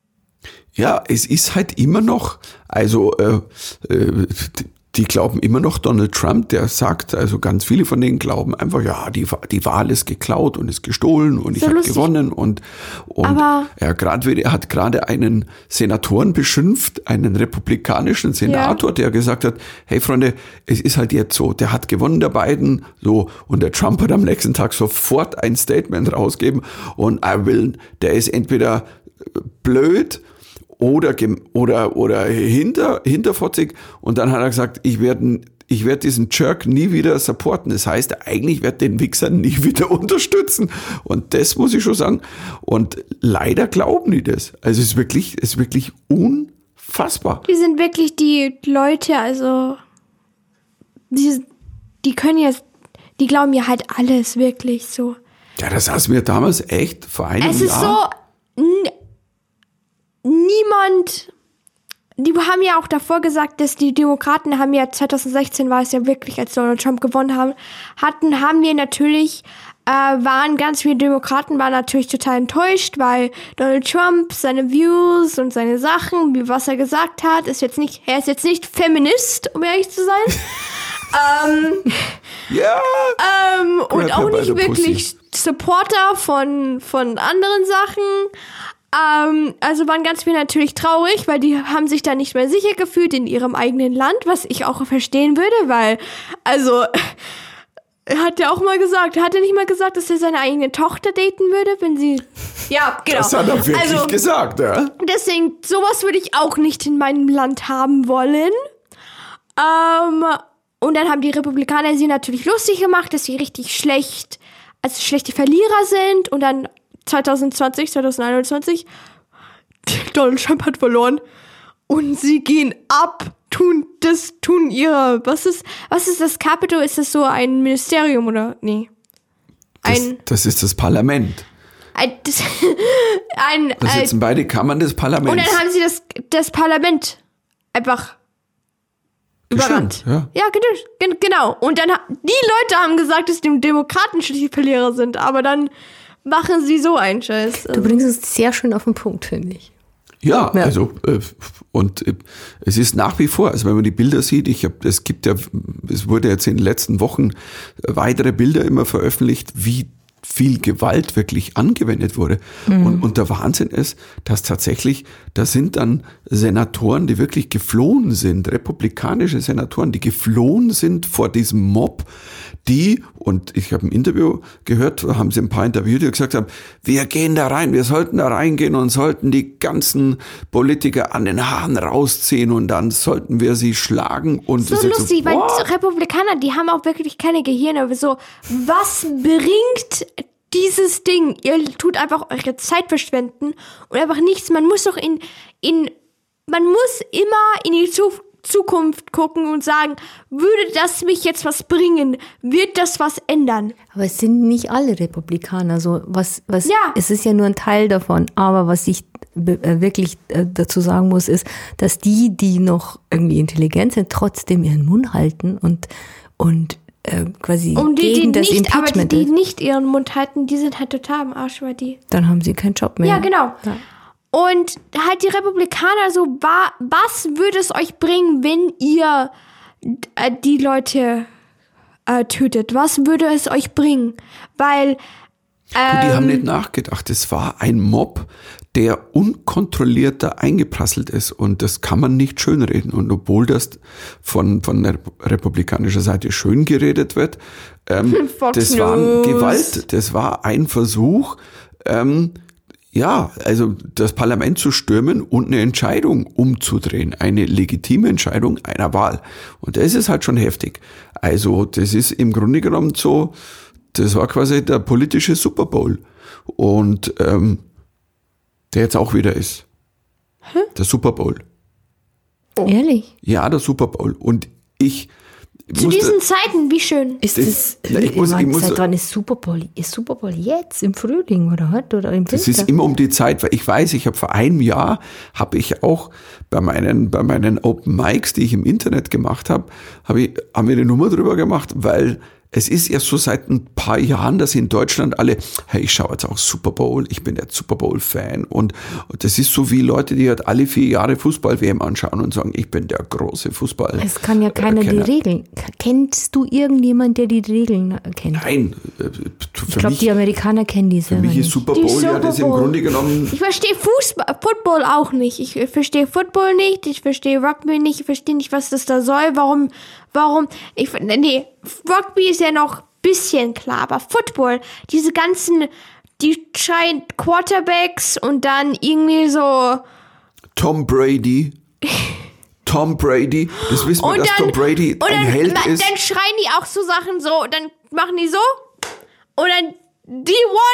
Ja, es ist halt immer noch, also äh, äh, die glauben immer noch Donald Trump, der sagt, also ganz viele von denen glauben einfach, ja, die, die Wahl ist geklaut und ist gestohlen und ich So habe lustig. gewonnen und, und Aber- er, grad, er hat gerade einen Senatoren beschimpft, einen republikanischen Senator, der gesagt hat, hey Freunde, es ist halt jetzt so, der hat gewonnen, der Biden, so, und der Trump hat am nächsten Tag sofort ein Statement rausgegeben und I will, der ist entweder blöd oder gem- oder oder hinter hinterfotzig und dann hat er gesagt, ich werde ich werde diesen Jerk nie wieder supporten. Das heißt, eigentlich werde den Wichser nie wieder unterstützen und das muss ich schon sagen und leider glauben die das. Also es ist wirklich es ist wirklich unfassbar. Die sind wirklich die Leute, also die, die können ja, die glauben ja halt alles, wirklich so. Ja, das saß mir damals echt vor einem Es ist Jahr. so, n- niemand, die haben ja auch davor gesagt, dass die Demokraten haben ja, zwanzig sechzehn war es ja wirklich, als Donald Trump gewonnen haben, hatten, haben wir natürlich, äh, waren ganz viele Demokraten, waren natürlich total enttäuscht, weil Donald Trump seine Views und seine Sachen, wie was er gesagt hat, ist jetzt nicht, er ist jetzt nicht Feminist, um ehrlich zu sein. ähm, Ja. ähm, und Grab auch her bei nicht der wirklich Supporter von, von anderen Sachen. Ähm, also waren ganz viele natürlich traurig, weil die haben sich da nicht mehr sicher gefühlt in ihrem eigenen Land, was ich auch verstehen würde, weil, also, er hat ja auch mal gesagt, hat er nicht mal gesagt, dass er seine eigene Tochter daten würde, wenn sie, ja, genau. Das hat er wirklich also, gesagt, ja. deswegen, sowas würde ich auch nicht in meinem Land haben wollen. Ähm, und dann haben die Republikaner sie natürlich lustig gemacht, dass sie richtig schlecht, also schlechte Verlierer sind. Und dann zwanzig zwanzig, zwanzig einundzwanzig, Donald Trump hat verloren. Und sie gehen ab, tun das, tun ihre, was ist, was ist das Capitol? Ist das so ein Ministerium oder, nee? Das, Ein, das ist das Parlament. ein, das, ein, Da ein sitzen beide Kammern des und Parlaments. dann haben sie das, das Parlament einfach überrannt. Gestimmt, ja. Ja, gedischt. Gen- genau. Und dann, ha- die Leute haben gesagt, dass die Demokraten schlechte Verlierer sind, aber dann machen sie so einen Scheiß. Du bringst es sehr schön auf den Punkt, finde ich. Ja, Ja. also äh, und äh, es ist nach wie vor, also wenn man die Bilder sieht, ich habe, es gibt ja, es wurde jetzt in den letzten Wochen weitere Bilder immer veröffentlicht, wie viel Gewalt wirklich angewendet wurde. Mhm. Und, und der Wahnsinn ist, dass tatsächlich, da sind dann Senatoren, die wirklich geflohen sind, republikanische Senatoren, die geflohen sind vor diesem Mob, die, und ich habe ein Interview gehört, haben sie ein paar interviewt, die gesagt haben, wir gehen da rein, wir sollten da reingehen und sollten die ganzen Politiker an den Haaren rausziehen und dann sollten wir sie schlagen. Und so lustig, so, weil Republikaner, die haben auch wirklich keine Gehirne, aber so, was bringt dieses Ding? Ihr tut einfach eure Zeit verschwenden und einfach nichts. Man muss doch in, in, man muss immer in die Zukunft Zukunft gucken und sagen, würde das mich jetzt was bringen? Wird das was ändern? Aber es sind nicht alle Republikaner so. Was, was, ja. Es ist ja nur ein Teil davon. Aber was ich wirklich dazu sagen muss, ist, dass die, die noch irgendwie intelligent sind, trotzdem ihren Mund halten und, und äh, quasi und die, gegen die das nicht, Impeachment. Aber die, die nicht ihren Mund halten, die sind halt total am Arsch, weil die... Dann haben sie keinen Job mehr. Ja, genau. Ja. Und halt die Republikaner so, was würde es euch bringen, wenn ihr äh, die Leute äh, tötet? Was würde es euch bringen? Weil ähm, die haben nicht nachgedacht. Es war ein Mob, der unkontrolliert da eingeprasselt ist. Und das kann man nicht schönreden. Und obwohl das von, von der republikanischen Seite schön geredet wird, ähm, das war Gewalt. Das war ein Versuch, ähm, ja, also das Parlament zu stürmen und eine Entscheidung umzudrehen, eine legitime Entscheidung einer Wahl. Und das ist halt schon heftig. Also das ist im Grunde genommen so, das war quasi der politische Super Bowl. Und ähm, der jetzt auch wieder ist. Hä? Der Super Bowl. Oh. Ehrlich? Ja, der Super Bowl. Und ich Zu diesen Zeiten, wie schön. Ist das, das ich muss, ich muss, seit wann ist Super Bowl? Ist Super Bowl jetzt im Frühling oder heute oder im Winter? Das ist immer um die Zeit, weil ich weiß, ich habe vor einem Jahr habe ich auch bei meinen bei meinen Open Mics, die ich im Internet gemacht habe, habe ich haben wir eine Nummer drüber gemacht, weil es ist erst so seit ein paar Jahren, dass in Deutschland alle, hey, ich schaue jetzt auch Super Bowl, ich bin der Super Bowl-Fan. Und, und das ist so wie Leute, die halt alle vier Jahre Fußball-W M anschauen und sagen, ich bin der große Fußball. Es kann ja keiner die Regeln. Kennst du irgendjemanden, der die Regeln kennt? Nein. Ich glaube, die Amerikaner kennen die selber Für mich ist Super Bowl Super ja das im Bowl. Grunde genommen... Ich verstehe Fußball, Football auch nicht. Ich verstehe Football nicht, ich verstehe Rugby nicht, ich verstehe nicht, was das da soll, warum, warum, ich, nee, Rugby ist ja noch bisschen klar, aber Football, diese ganzen, die scheinen Quarterbacks und dann irgendwie so Tom Brady. Tom Brady. Das wissen wir, und dass dann, Tom Brady und ein dann, Held dann ist. Dann schreien die auch so Sachen so, und dann machen die so und dann D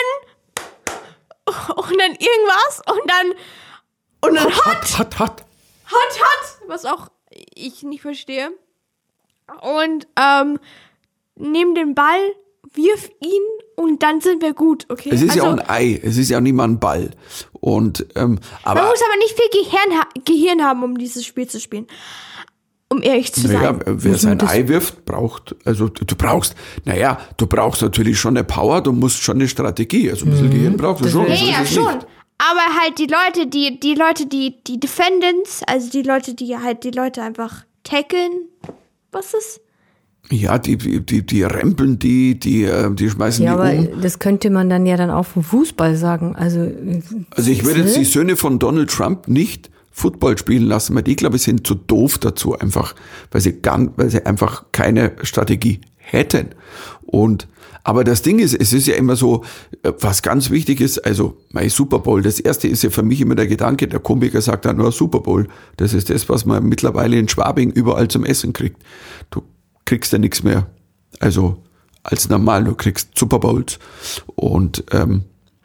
eins und dann irgendwas und dann und dann Hot, Hot, hot, hot. Hot, Hot, was auch ich nicht verstehe. Und ähm, nimm den Ball, wirf ihn und dann sind wir gut, okay? Es ist also, ja auch ein Ei, es ist ja auch nicht mal ein Ball. Und, ähm, aber, man muss aber nicht viel Gehirn, ha- Gehirn haben, um dieses Spiel zu spielen. Um ehrlich zu naja, sein. wer sein Ei wirft, braucht, also du, du brauchst, naja, du brauchst natürlich schon eine Power, du musst schon eine Strategie, also ein bisschen mhm. Gehirn brauchst du schon. Ja, so ja, ist es schon. nicht. Aber halt die Leute, die, die Leute, die, die Defendants, also die Leute, die halt die Leute einfach tackeln, was ist? Ja, die, die, die rempeln die, die, die schmeißen ja, die aber um. Das könnte man dann ja dann auch vom Fußball sagen. Also, also ich würde jetzt die Söhne von Donald Trump nicht Football spielen lassen, weil die, glaube ich, sind zu doof dazu einfach, weil sie gar, weil sie einfach keine Strategie hätten. Und, aber das Ding ist, es ist ja immer so, was ganz wichtig ist, also mein Super Bowl, das erste ist ja für mich immer der Gedanke, der Komiker sagt dann nur Super Bowl. Das ist das, was man mittlerweile in Schwabing überall zum Essen kriegt. Du kriegst ja nichts mehr, also als normal, du kriegst Super Bowls und ähm,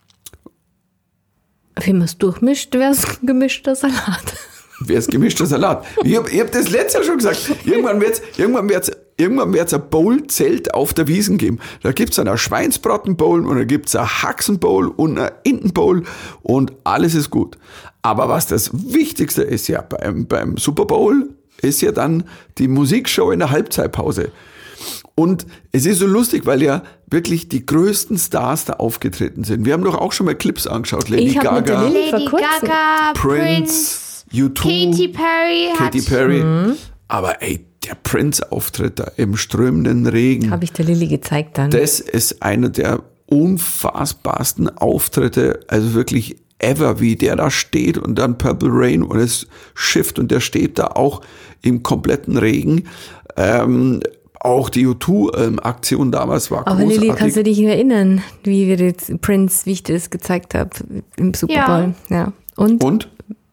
wenn man es durchmischt, wäre es gemischter Salat. Wäre es gemischter Salat. Ich habe hab das letzte Jahr schon gesagt, irgendwann wird es irgendwann wird's, irgendwann wird's ein Bowl-Zelt auf der Wiesn geben. Da gibt es eine Schweinsbraten-Bowl und da gibt es eine Haxen-Bowl und eine Enten-Bowl und alles ist gut. Aber was das Wichtigste ist ja beim, beim Super Bowl, ist ja dann die Musikshow in der Halbzeitpause. Und es ist so lustig, weil ja wirklich die größten Stars da aufgetreten sind. Wir haben doch auch schon mal Clips angeschaut. Lady Ich hab mit der Gaga, Lilly Lady vor kurzem. Gaga, Prince, Prince, U zwei, Katy Perry hat Katy Perry. Aber ey, der Prince-Auftritt da im strömenden Regen, Habe ich der Lilly gezeigt dann. das ist einer der unfassbarsten Auftritte, also wirklich ever, wie der da steht und dann Purple Rain und es schifft und der steht da auch im kompletten Regen. Ähm, auch die U zwei Aktion damals war Aber großartig. Lilly, kannst du dich erinnern, wie wir das Prince, wie ich das gezeigt habe im Super Bowl? Ja. ja. Und? Und?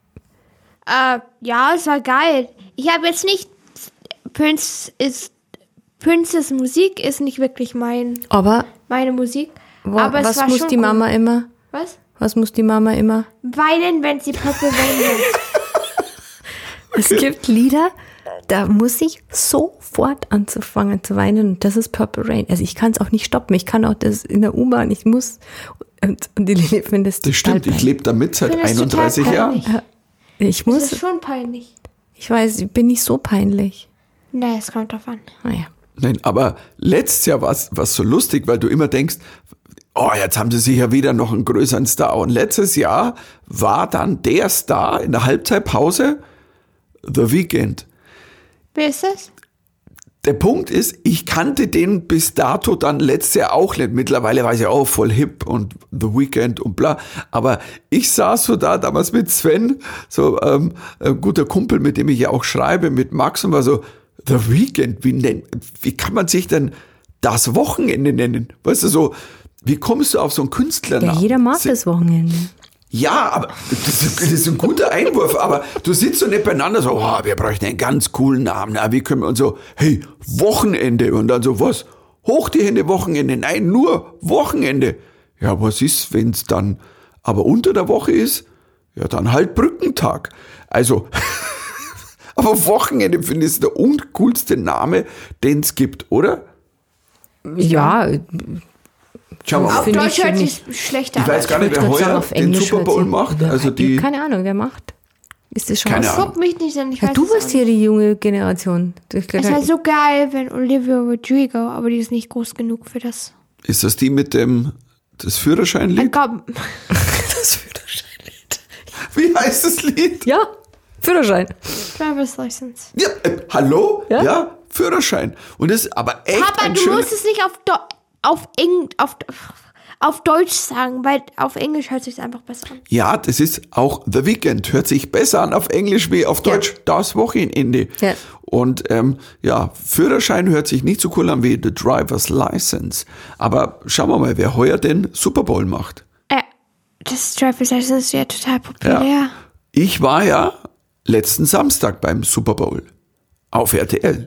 Äh, ja, es war geil. Ich habe jetzt nicht, Prince ist, Princes Musik ist nicht wirklich mein, aber meine Musik. wo, aber es was war muss schon die cool. Mama immer? Was? Was muss die Mama immer? Weinen, wenn sie Purple Rain hört. Es gibt Lieder, da muss ich sofort anzufangen zu weinen und das ist Purple Rain. Also ich kann es auch nicht stoppen. Ich kann auch das in der U-Bahn, ich muss. Und, und die Lilly findet es Das stimmt, ich lebe damit seit Findest du einunddreißig total Jahren. peinlich? Ich Das muss, ist schon peinlich. ich weiß, ich bin nicht so peinlich. Nein, es kommt drauf an. Naja. Nein, aber letztes Jahr war es so lustig, weil du immer denkst, oh, jetzt haben sie sich ja wieder noch einen größeren Star. Und letztes Jahr war dann der Star in der Halbzeitpause The Weeknd. Wer ist das? Der Punkt ist, ich kannte den bis dato dann letztes Jahr auch nicht. Mittlerweile war ich ja auch voll hip und The Weeknd und bla. Aber ich saß so da damals mit Sven, so ähm, ein guter Kumpel, mit dem ich ja auch schreibe, mit Max und war so, The Weeknd, wie, nenn, wie kann man sich denn das Wochenende nennen? Weißt du, so, wie kommst du auf so einen Künstlernamen? Ja, jeder mag Sie- das Wochenende. Ja, aber das ist, das ist ein guter Einwurf, aber du sitzt so nicht beieinander so, oh, wir bräuchten einen ganz coolen Namen, na, wie können wir, und so, hey, Wochenende, und dann so, was? Hoch die Hände, Wochenende, nein, nur Wochenende. Ja, was ist, wenn's dann aber unter der Woche ist? Ja, dann halt Brückentag. Also, aber Wochenende finde ich ist der uncoolste Name, den es gibt, oder? Ja, Schau mal, Auf Finde Deutsch ich hört nicht. sich schlechter ich weiß an. gar nicht, wer würd grad sagen, heuer auf den Englisch Super hört Bowl sich- macht. Ja, Also die, keine Ahnung, wer macht. Ist das schon Keine was? Ahnung. Guck mich nicht an, ich Ja, weiß du es auch bist nicht. hier die junge Generation. Ich Es wäre so geil, wenn Olivia Rodrigo, aber die ist nicht groß genug für das. ist das die mit dem das Führerscheinlied? Ich glaube, das Führerscheinlied. Wie heißt das Lied? Ja, Führerschein. Driver's License. Ja, äh, hallo? Ja? Ja? Führerschein. Und das ist aber echt Papa, ein du schöner... musst es nicht auf, Do auf, Eng auf, auf Deutsch sagen, weil auf Englisch hört sich einfach besser an. Ja, das ist auch The Weeknd. Hört sich besser an auf Englisch wie auf Ja. Deutsch. Das Wochenende. Ja. Und ähm, ja, Führerschein hört sich nicht so cool an wie The Driver's License. Aber schauen wir mal, wer heuer den Super Bowl macht. Äh, das Driver's License ist ja total populär. Ich war ja letzten Samstag beim Super Bowl auf R T L.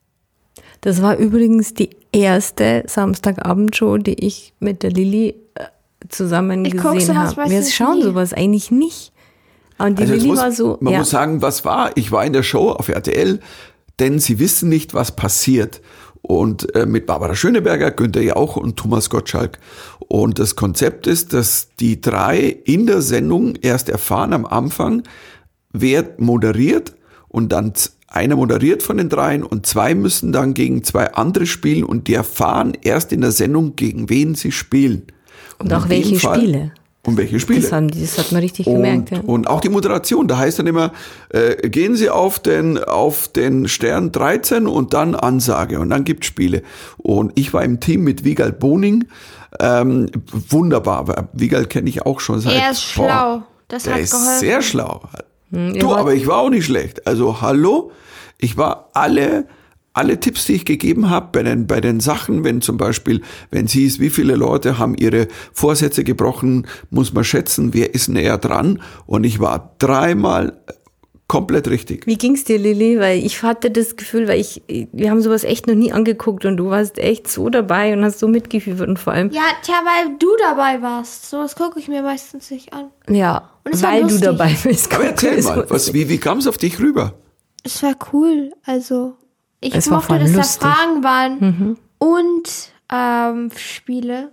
Das war übrigens die erste Samstagabendshow, die ich mit der Lilly äh, zusammen Ich guck gesehen sowas habe. Wir meistens schauen nie. sowas eigentlich nicht. Und die Also jetzt Lilly muss, war so, man ja, muss sagen, was war? Ich war in der Show auf R T L, denn sie wissen nicht, was passiert. Und äh, mit Barbara Schöneberger, Günther Jauch und Thomas Gottschalk. Und das Konzept ist, dass die drei in der Sendung erst erfahren am Anfang, wer moderiert, und dann z- einer moderiert von den dreien und zwei müssen dann gegen zwei andere spielen und die erfahren erst in der Sendung, gegen wen sie spielen. Und auch in welche dem Fall- Spiele. Und welche Spiele. das, haben die, das hat man richtig Und, gemerkt. Ja. und auch die Moderation, da heißt dann immer, äh, gehen Sie auf den, auf den Stern dreizehn und dann Ansage und dann gibt's Spiele. Und ich war im Team mit Wiegald Boning, ähm, wunderbar, aber Wiegald kenne ich auch schon seit... Er ist schlau. Das der hat ist geholfen. sehr schlau. ihr du, wart- aber ich war auch nicht schlecht. Also hallo, ich war alle... Alle Tipps, die ich gegeben habe bei den, bei den Sachen, wenn zum Beispiel, wenn es hieß, wie viele Leute haben ihre Vorsätze gebrochen, muss man schätzen, wer ist näher dran. Und ich war dreimal komplett richtig. Wie ging's dir, Lilly? Weil ich hatte das Gefühl, weil ich, wir haben sowas echt noch nie angeguckt und du warst echt so dabei und hast so mitgefühlt und vor allem, Ja, tja, weil du dabei warst. Sowas gucke ich mir meistens nicht an. ja, Und es war weil du lustig. dabei bist. Aber erzähl Ist mal, was- was, wie, wie kam es auf dich rüber? Es war cool. Also, ich Es war mochte, voll dass lustig. da Fragen waren und ähm, Spiele.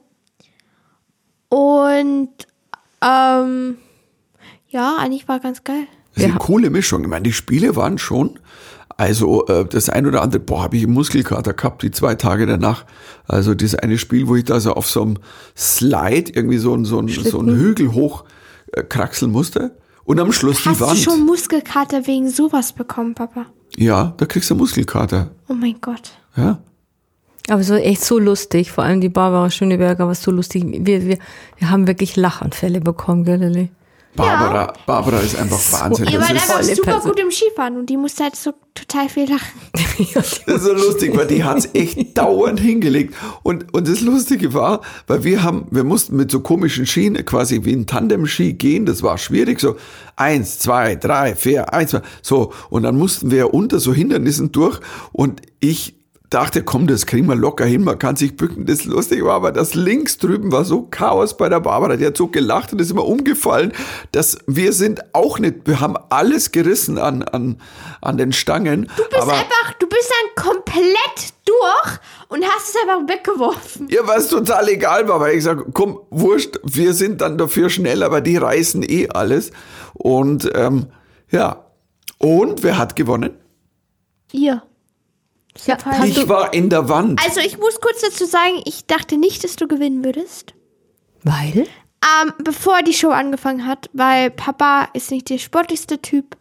Und ähm, ja, eigentlich war ganz geil. Das ist Ja. eine coole Mischung. Ich meine, die Spiele waren schon, also äh, das ein oder andere, boah, habe ich einen Muskelkater gehabt, die zwei Tage danach. Also das eine Spiel, wo ich da so auf so einem Slide irgendwie so, ein- so, ein- so einen Hügel hoch äh, kraxeln musste. Und am Schluss Hast die Wand. du schon Muskelkater wegen sowas bekommen, Papa? Ja, da kriegst du Muskelkater. Oh mein Gott. Ja. Aber so echt so lustig, vor allem die Barbara Schöneberger war so lustig. Wir, wir, wir haben wirklich Lachanfälle bekommen, gell, Lilly? Barbara, Ja. Barbara ist einfach Wahnsinn. Ihr Das wart ist, einfach volle super Person. gut im Skifahren und die musste halt so total viel lachen. das ist so lustig, weil die hat's echt dauernd hingelegt. Und, und das Lustige war, weil wir haben, wir mussten mit so komischen Skien quasi wie ein Tandem-Ski gehen. Das war schwierig. So eins, zwei, drei, vier, eins, zwei. So. Und dann mussten wir unter so Hindernissen durch. Und ich dachte, komm, das kriegen wir locker hin, man kann sich bücken. Das Lustige war aber, das links drüben war so Chaos bei der Barbara, die hat so gelacht und ist immer umgefallen, dass wir sind auch nicht, wir haben alles gerissen an, an, an den Stangen. Du bist aber einfach, du bist dann komplett durch und hast es einfach weggeworfen. ja, was total egal war, weil ich sage, komm, wurscht, wir sind dann dafür schnell, aber die reißen eh alles. Und ähm, ja, und wer hat gewonnen? Ihr. Ja, hast Ich du, war in der Wand. Also ich muss kurz dazu sagen, ich dachte nicht, dass du gewinnen würdest. weil? Ähm, bevor die Show angefangen hat, weil Papa ist nicht der sportlichste Typ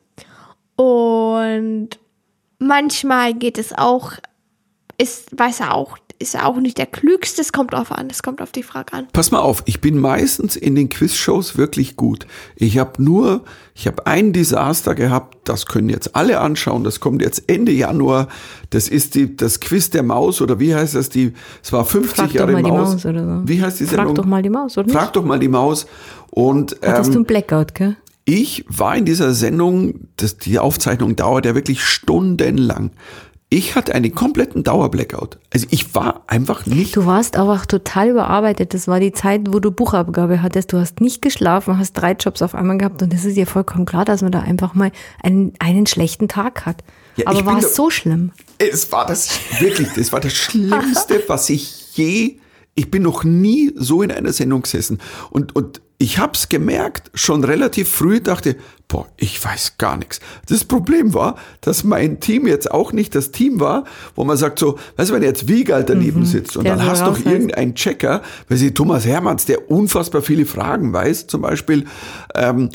und manchmal geht es auch, ist, weiß er auch, ist er auch nicht der Klügste, es kommt drauf an, es kommt auf die Frage an. Pass mal auf, ich bin meistens in den Quizshows wirklich gut. Ich habe nur, ich habe ein Desaster gehabt, das können jetzt alle anschauen, das kommt jetzt Ende Januar, das ist die, das Quiz der Maus oder wie heißt das, die, es war fünfzig Frag doch Jahre mal die Maus. Maus oder so. Wie heißt die Frag Sendung? doch mal die Maus, oder nicht? Frag doch mal die Maus. Und Hattest du ähm, einen Blackout, gell? ich war in dieser Sendung, das, die Aufzeichnung dauert ja wirklich stundenlang. Ich hatte einen kompletten Dauerblackout. Also ich war einfach nicht. Du warst auch total überarbeitet. Das war die Zeit, wo du Buchabgabe hattest. Du hast nicht geschlafen, hast drei Jobs auf einmal gehabt und es ist dir vollkommen klar, dass man da einfach mal einen, einen schlechten Tag hat. Ja, ich Aber bin war da- es so schlimm? Es war das wirklich, das war das Schlimmste, was ich je. Ich bin noch nie so in einer Sendung gesessen. Und, und ich hab's gemerkt, schon relativ früh dachte, boah, ich weiß gar nichts. Das Problem war, dass mein Team jetzt auch nicht das Team war, wo man sagt so, weißt du, wenn jetzt Wiegald daneben sitzt und der dann so hast du doch rausreißt. irgendeinen Checker, weil sie Thomas Hermanns, der unfassbar viele Fragen weiß, zum Beispiel, ähm,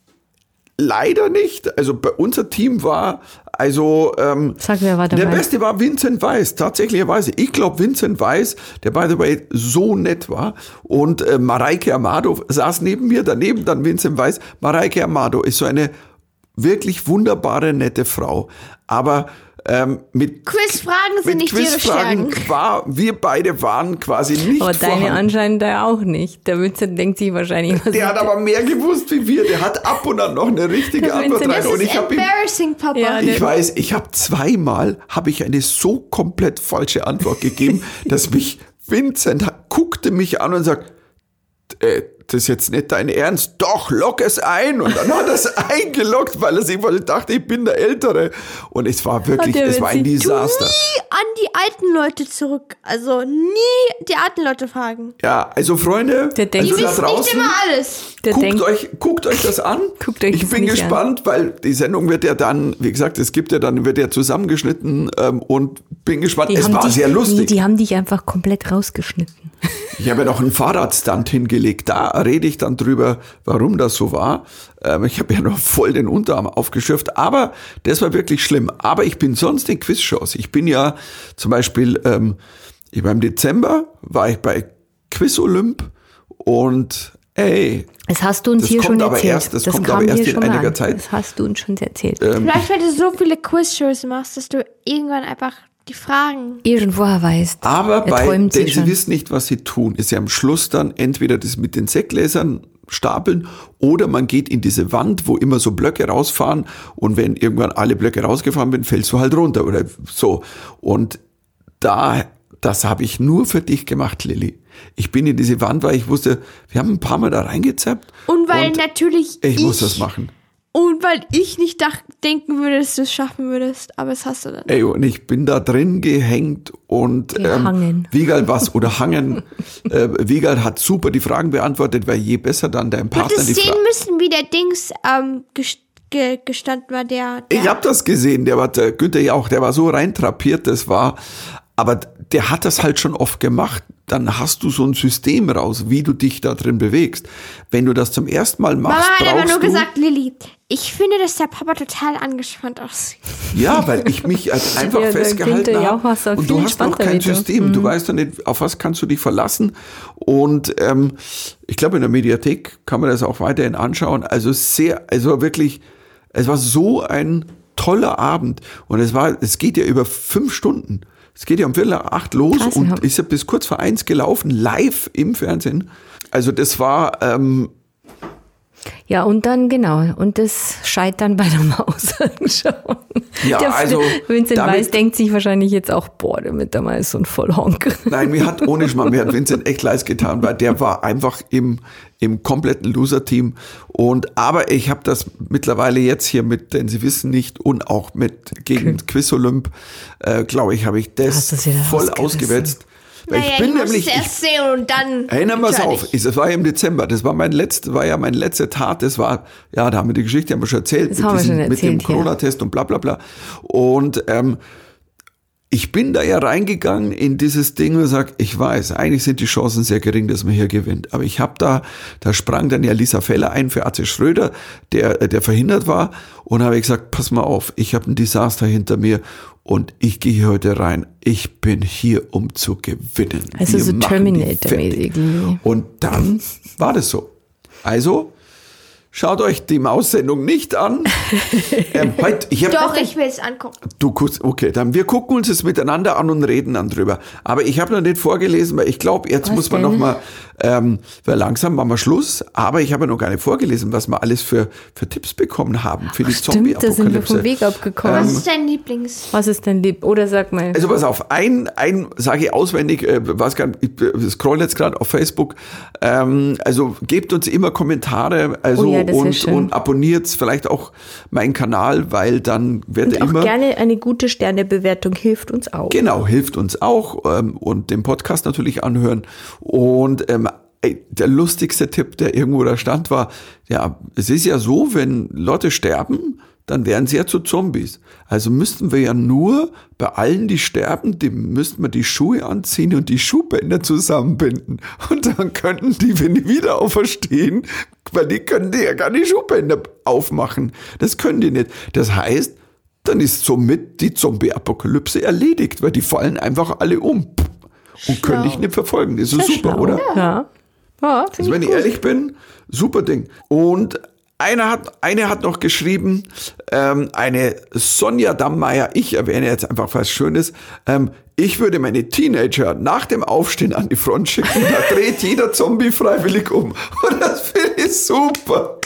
leider nicht. Also bei unser Team war, also ähm, Sag, wer war der dabei? Beste war Vincent Weiss, tatsächlicherweise. Ich glaube, Vincent Weiss, der by the way so nett war. Und äh, Mareike Amado saß neben mir, daneben dann Vincent Weiss. Mareike Amado ist so eine wirklich wunderbare, nette Frau. Aber ähm, mit Quizfragen sind mit nicht ihre Quizfragen Stärken. war, wir beide waren quasi nicht Aber deine vorhanden. anscheinend da auch nicht. Der Vincent denkt sich wahrscheinlich, was Der hat aber mehr gewusst wie wir. Der hat ab und an noch eine richtige Der Antwort Vincent rein. Das Und ist ich habe ihm embarrassing, Papa. Ja, Ich weiß, ich habe zweimal habe ich eine so komplett falsche Antwort gegeben, dass mich Vincent ha- guckte mich an und sagt, äh, das ist jetzt nicht dein Ernst. Doch, lock es ein. Und dann hat er es eingeloggt, weil er sich weil er dachte, ich bin der Ältere. Und es war wirklich, Hat er es war ein witzig. Desaster. Nie an die alten Leute zurück. Also nie die alten Leute fragen. Ja, also Freunde, Der denkt- also Die da wissen nicht draußen, immer alles. der guckt denkt, euch, guckt euch das an. Guckt euch ich das bin nicht gespannt, weil die Sendung wird ja dann, wie gesagt, es gibt ja dann, wird ja zusammengeschnitten ähm, und bin gespannt. die Es haben war dich, sehr lustig. Nee, die haben dich einfach komplett rausgeschnitten. Ich habe ja noch einen Fahrradstand hingelegt. Da rede ich dann drüber, warum das so war. Ähm, ich habe ja noch voll den Unterarm aufgeschürft, aber das war wirklich schlimm. Aber ich bin sonst in Quizshows. Ich bin ja zum Beispiel, ähm, ich war im Dezember, war ich bei Quiz Olymp und ey, Das hast du uns Das hier kommt schon aber erzählt. erst- das das kommt kam aber erst hier in schon mal einiger an. Zeit. Das hast du uns schon erzählt. Vielleicht, weil du so viele Quizshows machst, dass du irgendwann einfach die Fragen. Irgendwoher weißt. aber er bei, träumt denn sich sie schon. wissen nicht, was sie tun, ist ja am Schluss dann entweder das mit den Sektgläsern stapeln oder man geht in diese Wand, wo immer so Blöcke rausfahren und wenn irgendwann alle Blöcke rausgefahren sind, fällst du halt runter oder so. Und da, das habe ich nur für dich gemacht, Lilly. Ich bin in diese Wand, weil ich wusste, wir haben ein paar Mal da reingezappt. Und weil und natürlich ich muss das machen. Und weil ich nicht dach, denken würde, dass du es schaffen würdest. Aber es hast du dann. Ey, und ich bin da drin gehängt und Gehangen. ähm, Wiegald was oder hangen. äh, Wiegald hat super die Fragen beantwortet, weil je besser dann dein Du Partner hättest die sehen Fragen. müssen, wie der Dings ähm, gest ge gestanden war, der. der Ich hab das gesehen, der war der Günther ja auch, der war so reintrapiert, das war, aber der hat das halt schon oft gemacht. dann hast du so ein System raus, wie du dich da drin bewegst. Wenn du das zum ersten Mal machst, Mama hat aber brauchst nur du... gesagt, Lilly, ich finde, dass der Papa total angespannt aussieht. Ja, weil ich mich als einfach Ja, der festgehalten Günther habe. Jauch war Und viel du hast noch entspannter kein wie du. System. Du weißt ja nicht, auf was kannst du dich verlassen. Und ähm, ich glaube, in der Mediathek kann man das auch weiterhin anschauen. Also sehr, also wirklich, es war so ein toller Abend. Und es war, es geht ja über fünf Stunden. Es geht ja um Viertel nach acht los Krass, und ja. ist ja bis kurz vor eins gelaufen, live im Fernsehen. Also das war... Ähm, Ja, und dann, genau, und das Scheitern bei der Maus anschauen. Ja, der, also Vincent damit- Weiss denkt sich wahrscheinlich jetzt auch, boah, der mit der Maus ist so ein Vollhonk. Nein, mir hat ohne Schmarrn, mir hat Vincent echt leid getan, weil der war einfach im, im kompletten Loser-Team. Und aber ich habe das mittlerweile jetzt hier mit, denn Sie wissen nicht, und auch mit gegen Quiz Olymp, äh, glaube ich, habe ich das Hast du's wieder voll rausgerissen? ausgewetzt. Weil Naja, ich bin ich muss nämlich, es ich, erst sehen und dann... erinnern wir es entscheide auf, ich. es war ja im Dezember, das war mein letzter, war ja mein letzter Tat, das war, ja, da haben wir die Geschichte haben wir schon erzählt, Das mit, haben wir diesem, schon mit dem erzählt, ja. Corona-Test und bla bla bla. Und ähm, ich bin da ja reingegangen in dieses Ding und sag, ich weiß, eigentlich sind die Chancen sehr gering, dass man hier gewinnt. Aber ich habe da, da sprang dann ja Lisa Feller ein für Atze Schröder, der, der verhindert war. Und habe ich gesagt, pass mal auf, ich habe ein Desaster hinter mir und ich gehe heute rein. Ich bin hier, um zu gewinnen. Also Wir so machen die Terminator-mäßig. fertig. Und dann war das so. Also, schaut euch die Maussendung nicht an. ähm, heute, ich hab Doch, ich will es angucken. Du guckst, okay, dann wir gucken uns es miteinander an und reden dann drüber. Aber ich habe noch nicht vorgelesen, weil ich glaube, jetzt Was muss man denn? noch mal, ähm, weil langsam machen wir Schluss. Aber ich habe noch gar nicht vorgelesen, was wir alles für, für Tipps bekommen haben für die Stimmt, da sind wir Zombie-Apokalypse. vom Weg abgekommen. Was ist dein Lieblings... Was ist dein Lieb? Oder sag mal. Also pass auf, ein, ein sage ich auswendig, äh, was kann, ich äh, scroll jetzt gerade auf Facebook. Ähm, also gebt uns immer Kommentare, also Oh ja, das wär und, schön. und abonniert vielleicht auch meinen Kanal, weil dann wird und er auch immer. gerne eine gute Sternebewertung hilft uns auch. Genau, hilft uns auch ähm, und den Podcast natürlich anhören. Und ähm, ey, der lustigste Tipp, der irgendwo da stand, war, ja, es ist ja so, wenn Leute sterben, dann werden sie ja zu Zombies. Also müssten wir ja nur bei allen, die sterben, dem müssten wir die Schuhe anziehen und die Schuhbänder zusammenbinden. Und dann könnten die, wenn die wieder auferstehen, weil die können die ja gar nicht Schuhbänder aufmachen. Das können die nicht. Das heißt, dann ist somit die Zombie-Apokalypse erledigt, weil die fallen einfach alle um und können dich nicht verfolgen. Das ist Sehr super, schlau. oder? Ja. Ja, Also wenn finde ich ich gut. ehrlich bin, super Ding. Und einer hat, eine hat noch geschrieben, ähm, eine Sonja Dammeier, ich erwähne jetzt einfach was Schönes, ähm, ich würde meine Teenager nach dem Aufstehen an die Front schicken, da dreht jeder Zombie freiwillig um. Und das finde ich super.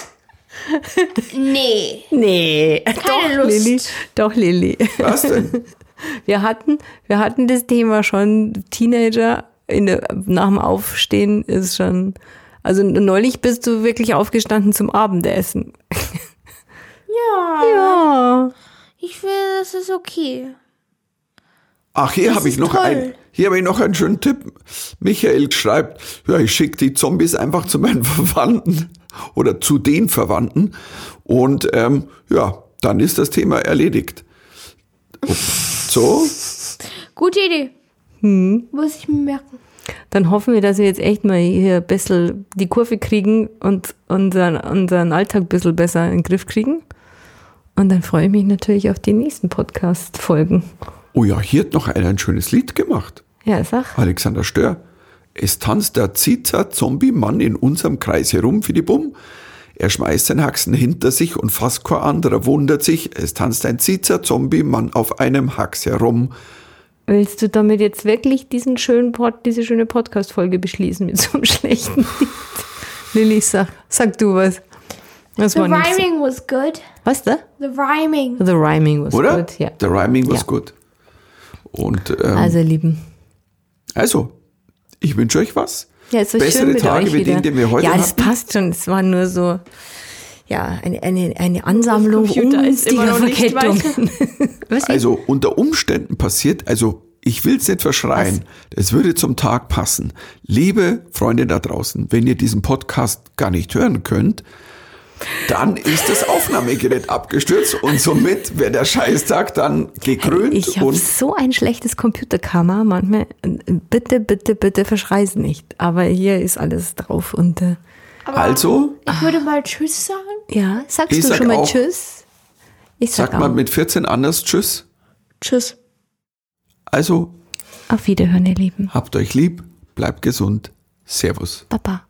Nee. Nee, Keine doch, Lust. Lilly. Doch, Lilly. Was denn? Wir hatten, wir hatten das Thema schon, Teenager in der, nach dem Aufstehen ist schon, also neulich bist du wirklich aufgestanden zum Abendessen. Ja. Ja. Ich finde, das ist okay. Ach, hier Das habe ich ist noch toll. ein, hier habe ich noch einen schönen Tipp. Michael schreibt, ja, ich schicke die Zombies einfach zu meinen Verwandten oder zu den Verwandten und ähm, ja, dann ist das Thema erledigt. So, Gute Idee. Hm. Muss ich mir merken. Dann hoffen wir, dass wir jetzt echt mal hier ein bisschen die Kurve kriegen und unseren, unseren Alltag ein bisschen besser in den Griff kriegen. Und dann freue ich mich natürlich auf die nächsten Podcast-Folgen. oh ja, hier hat noch einer ein schönes Lied gemacht. Ja, sag. Alexander Stör. Es tanzt der Ziza-Zombie-Mann in unserem Kreis herum für die Bumm. Er schmeißt sein Haxen hinter sich und fast kein anderer wundert sich. Es tanzt ein Ziza-Zombie-Mann auf einem Hax herum. Willst du damit jetzt wirklich diesen schönen Pod, diese schöne Podcast-Folge beschließen mit so einem schlechten Lied? Lilly, sag, sag du was. Das The war nicht so. rhyming was good. Was da? The rhyming. The Rhyming was Oder? good. Ja. Der Rhyming was Ja. gut. Und ähm, Also, Lieben. also, ich wünsche euch was. Ja, es war Bessere schön mit Tage euch wie wieder. den, den wir heute ja, das hatten. passt schon. Es war nur so, ja, eine, eine, eine Ansammlung Computer ist immer unstiger noch nicht Verkettungen. Was? Also unter Umständen passiert, also ich will es nicht verschreien, es würde zum Tag passen. Liebe Freunde da draußen, wenn ihr diesen Podcast gar nicht hören könnt, dann ist das Aufnahmegerät abgestürzt und somit wäre der Scheißtag dann gekrönt. Ich habe und so ein schlechtes Computerkammer. Manchmal, bitte, bitte, bitte verschrei's nicht. Aber hier ist alles drauf. Und äh, Aber Also? Ich würde mal Tschüss sagen. ja, sagst Ich du sag schon mal auch- Tschüss? Ich sag sagt man auch. mit vierzehn anders Tschüss. Tschüss. Also Auf Wiederhören, ihr Lieben. habt euch lieb, bleibt gesund. Servus. Baba.